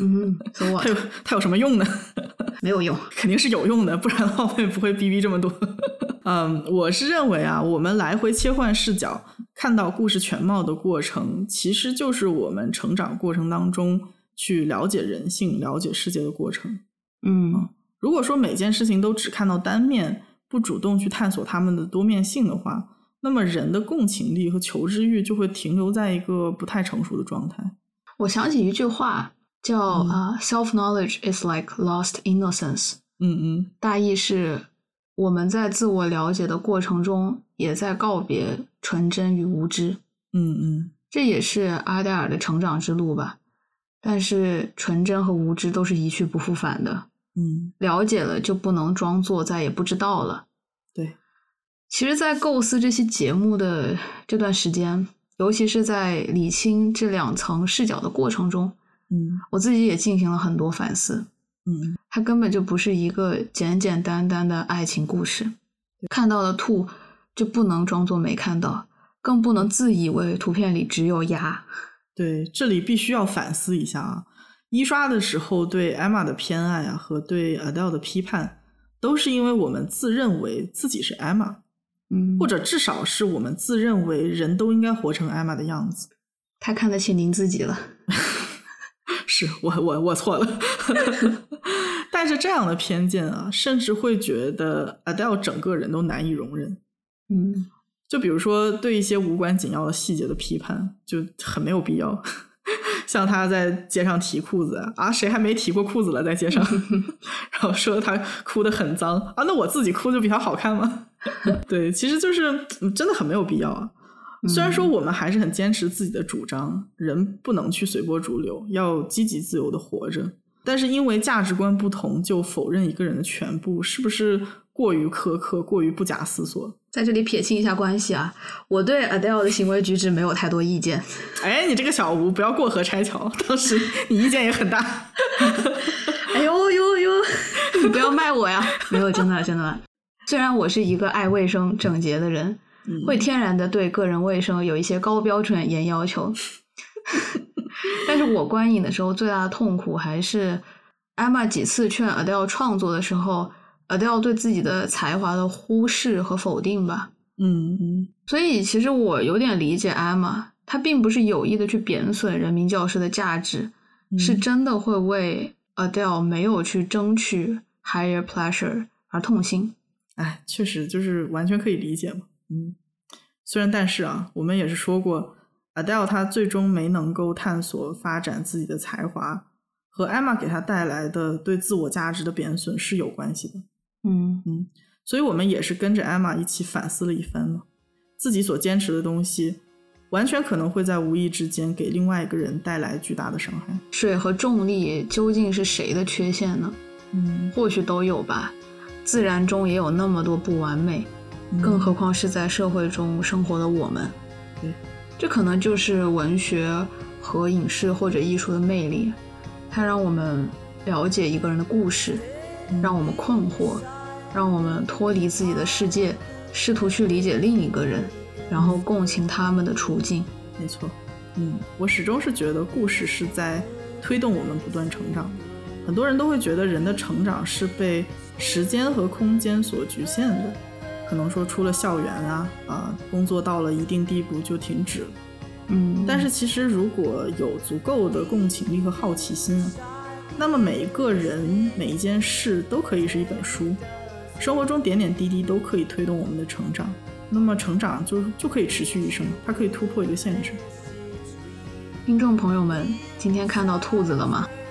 so what？ 它有什么用呢？ 没有用， 肯定是有用的，不然的话我也不会逼逼这么多。我是认为啊，我们来回切换视角看到故事全貌的过程，其实就是我们成长过程当中去了解人性、了解世界的过程。如果说每件事情都只看到单面，不主动去探索它们的多面性的话，那么人的共情力和求知欲就会停留在一个不太成熟的状态。 我想起一句话叫self-knowledge is like lost innocence。大意是我们在自我了解的过程中也在告别纯真与无知。这也是阿黛尔的成长之路吧。但是纯真和无知都是一去不复返的。了解了就不能装作再也不知道了。 对， 其实在构思这期节目的这段时间，尤其是在理清这2层视角的过程中，我自己也进行了很多反思。它根本就不是一个简简单单的爱情故事。看到了兔就不能装作没看到，更不能自以为图片里只有鸭。 对，这里必须要反思一下啊。一刷的时候对 Emma 的偏爱啊，和对 Adele 的批判，都是因为我们自认为自己是 Emma，或者至少是我们自认为人都应该活成 Emma 的样子。 太看得起您自己了。 是我错了。带着这样的偏见啊，甚至会觉得 Adele 整个人都难以容忍。就比如说对一些无关紧要的细节的批判，就很没有必要。像他在街上提裤子啊，谁还没提过裤子了在街上？然后说他哭得很脏啊，那我自己哭就比他好看吗？对，其实就是真的很没有必要啊。虽然说我们还是很坚持自己的主张，人不能去随波逐流，要积极自由的活着，但是因为价值观不同就否认一个人的全部，是不是过于苛刻，过于不假思索？ 在这里撇清一下关系啊，我对 Adele 的行为举止没有太多意见。 哎，你这个小吴不要过河拆桥，当时你意见也很大。 哎呦，你不要卖我呀。没有，真的。虽然我是一个爱卫生整洁的人，会天然的对个人卫生有一些高标准严要求。但是我观影的时候最大的痛苦还是 Emma 几次劝 Adele 创作的时候 Adele 对自己的才华的忽视和否定吧。所以其实我有点理解 Emma， 她并不是有意的去贬损人民教师的价值，是真的会为 Adele 没有去争取 higher pleasure 而痛心。 确实就是完全可以理解嘛。虽然但是啊，我们也是说过 Adele 她最终没能够探索发展自己的才华，和 Emma 给她带来的对自我价值的贬损是有关系的。所以我们也是跟着 Emma 一起反思了一番嘛，自己所坚持的东西完全可能会在无意之间给另外一个人带来巨大的伤害。 水和重力究竟是谁的缺陷呢？或许都有吧，自然中也有那么多不完美，更何况是在社会中生活的我们。这可能就是文学和影视或者艺术的魅力，它让我们了解一个人的故事，让我们困惑，让我们脱离自己的世界，试图去理解另一个人，然后共情他们的处境。 没错。我始终是觉得故事是在推动我们不断成长的。很多人都会觉得人的成长是被时间和空间所局限的，可能说出了校园工作到了一定地步就停止了。但是其实如果有足够的共情力和好奇心，那么每一个人每一件事都可以是一本书，生活中点点滴滴都可以推动我们的成长，那么成长就可以持续一生，它可以突破一个限制。 听众朋友们，今天看到兔子了吗？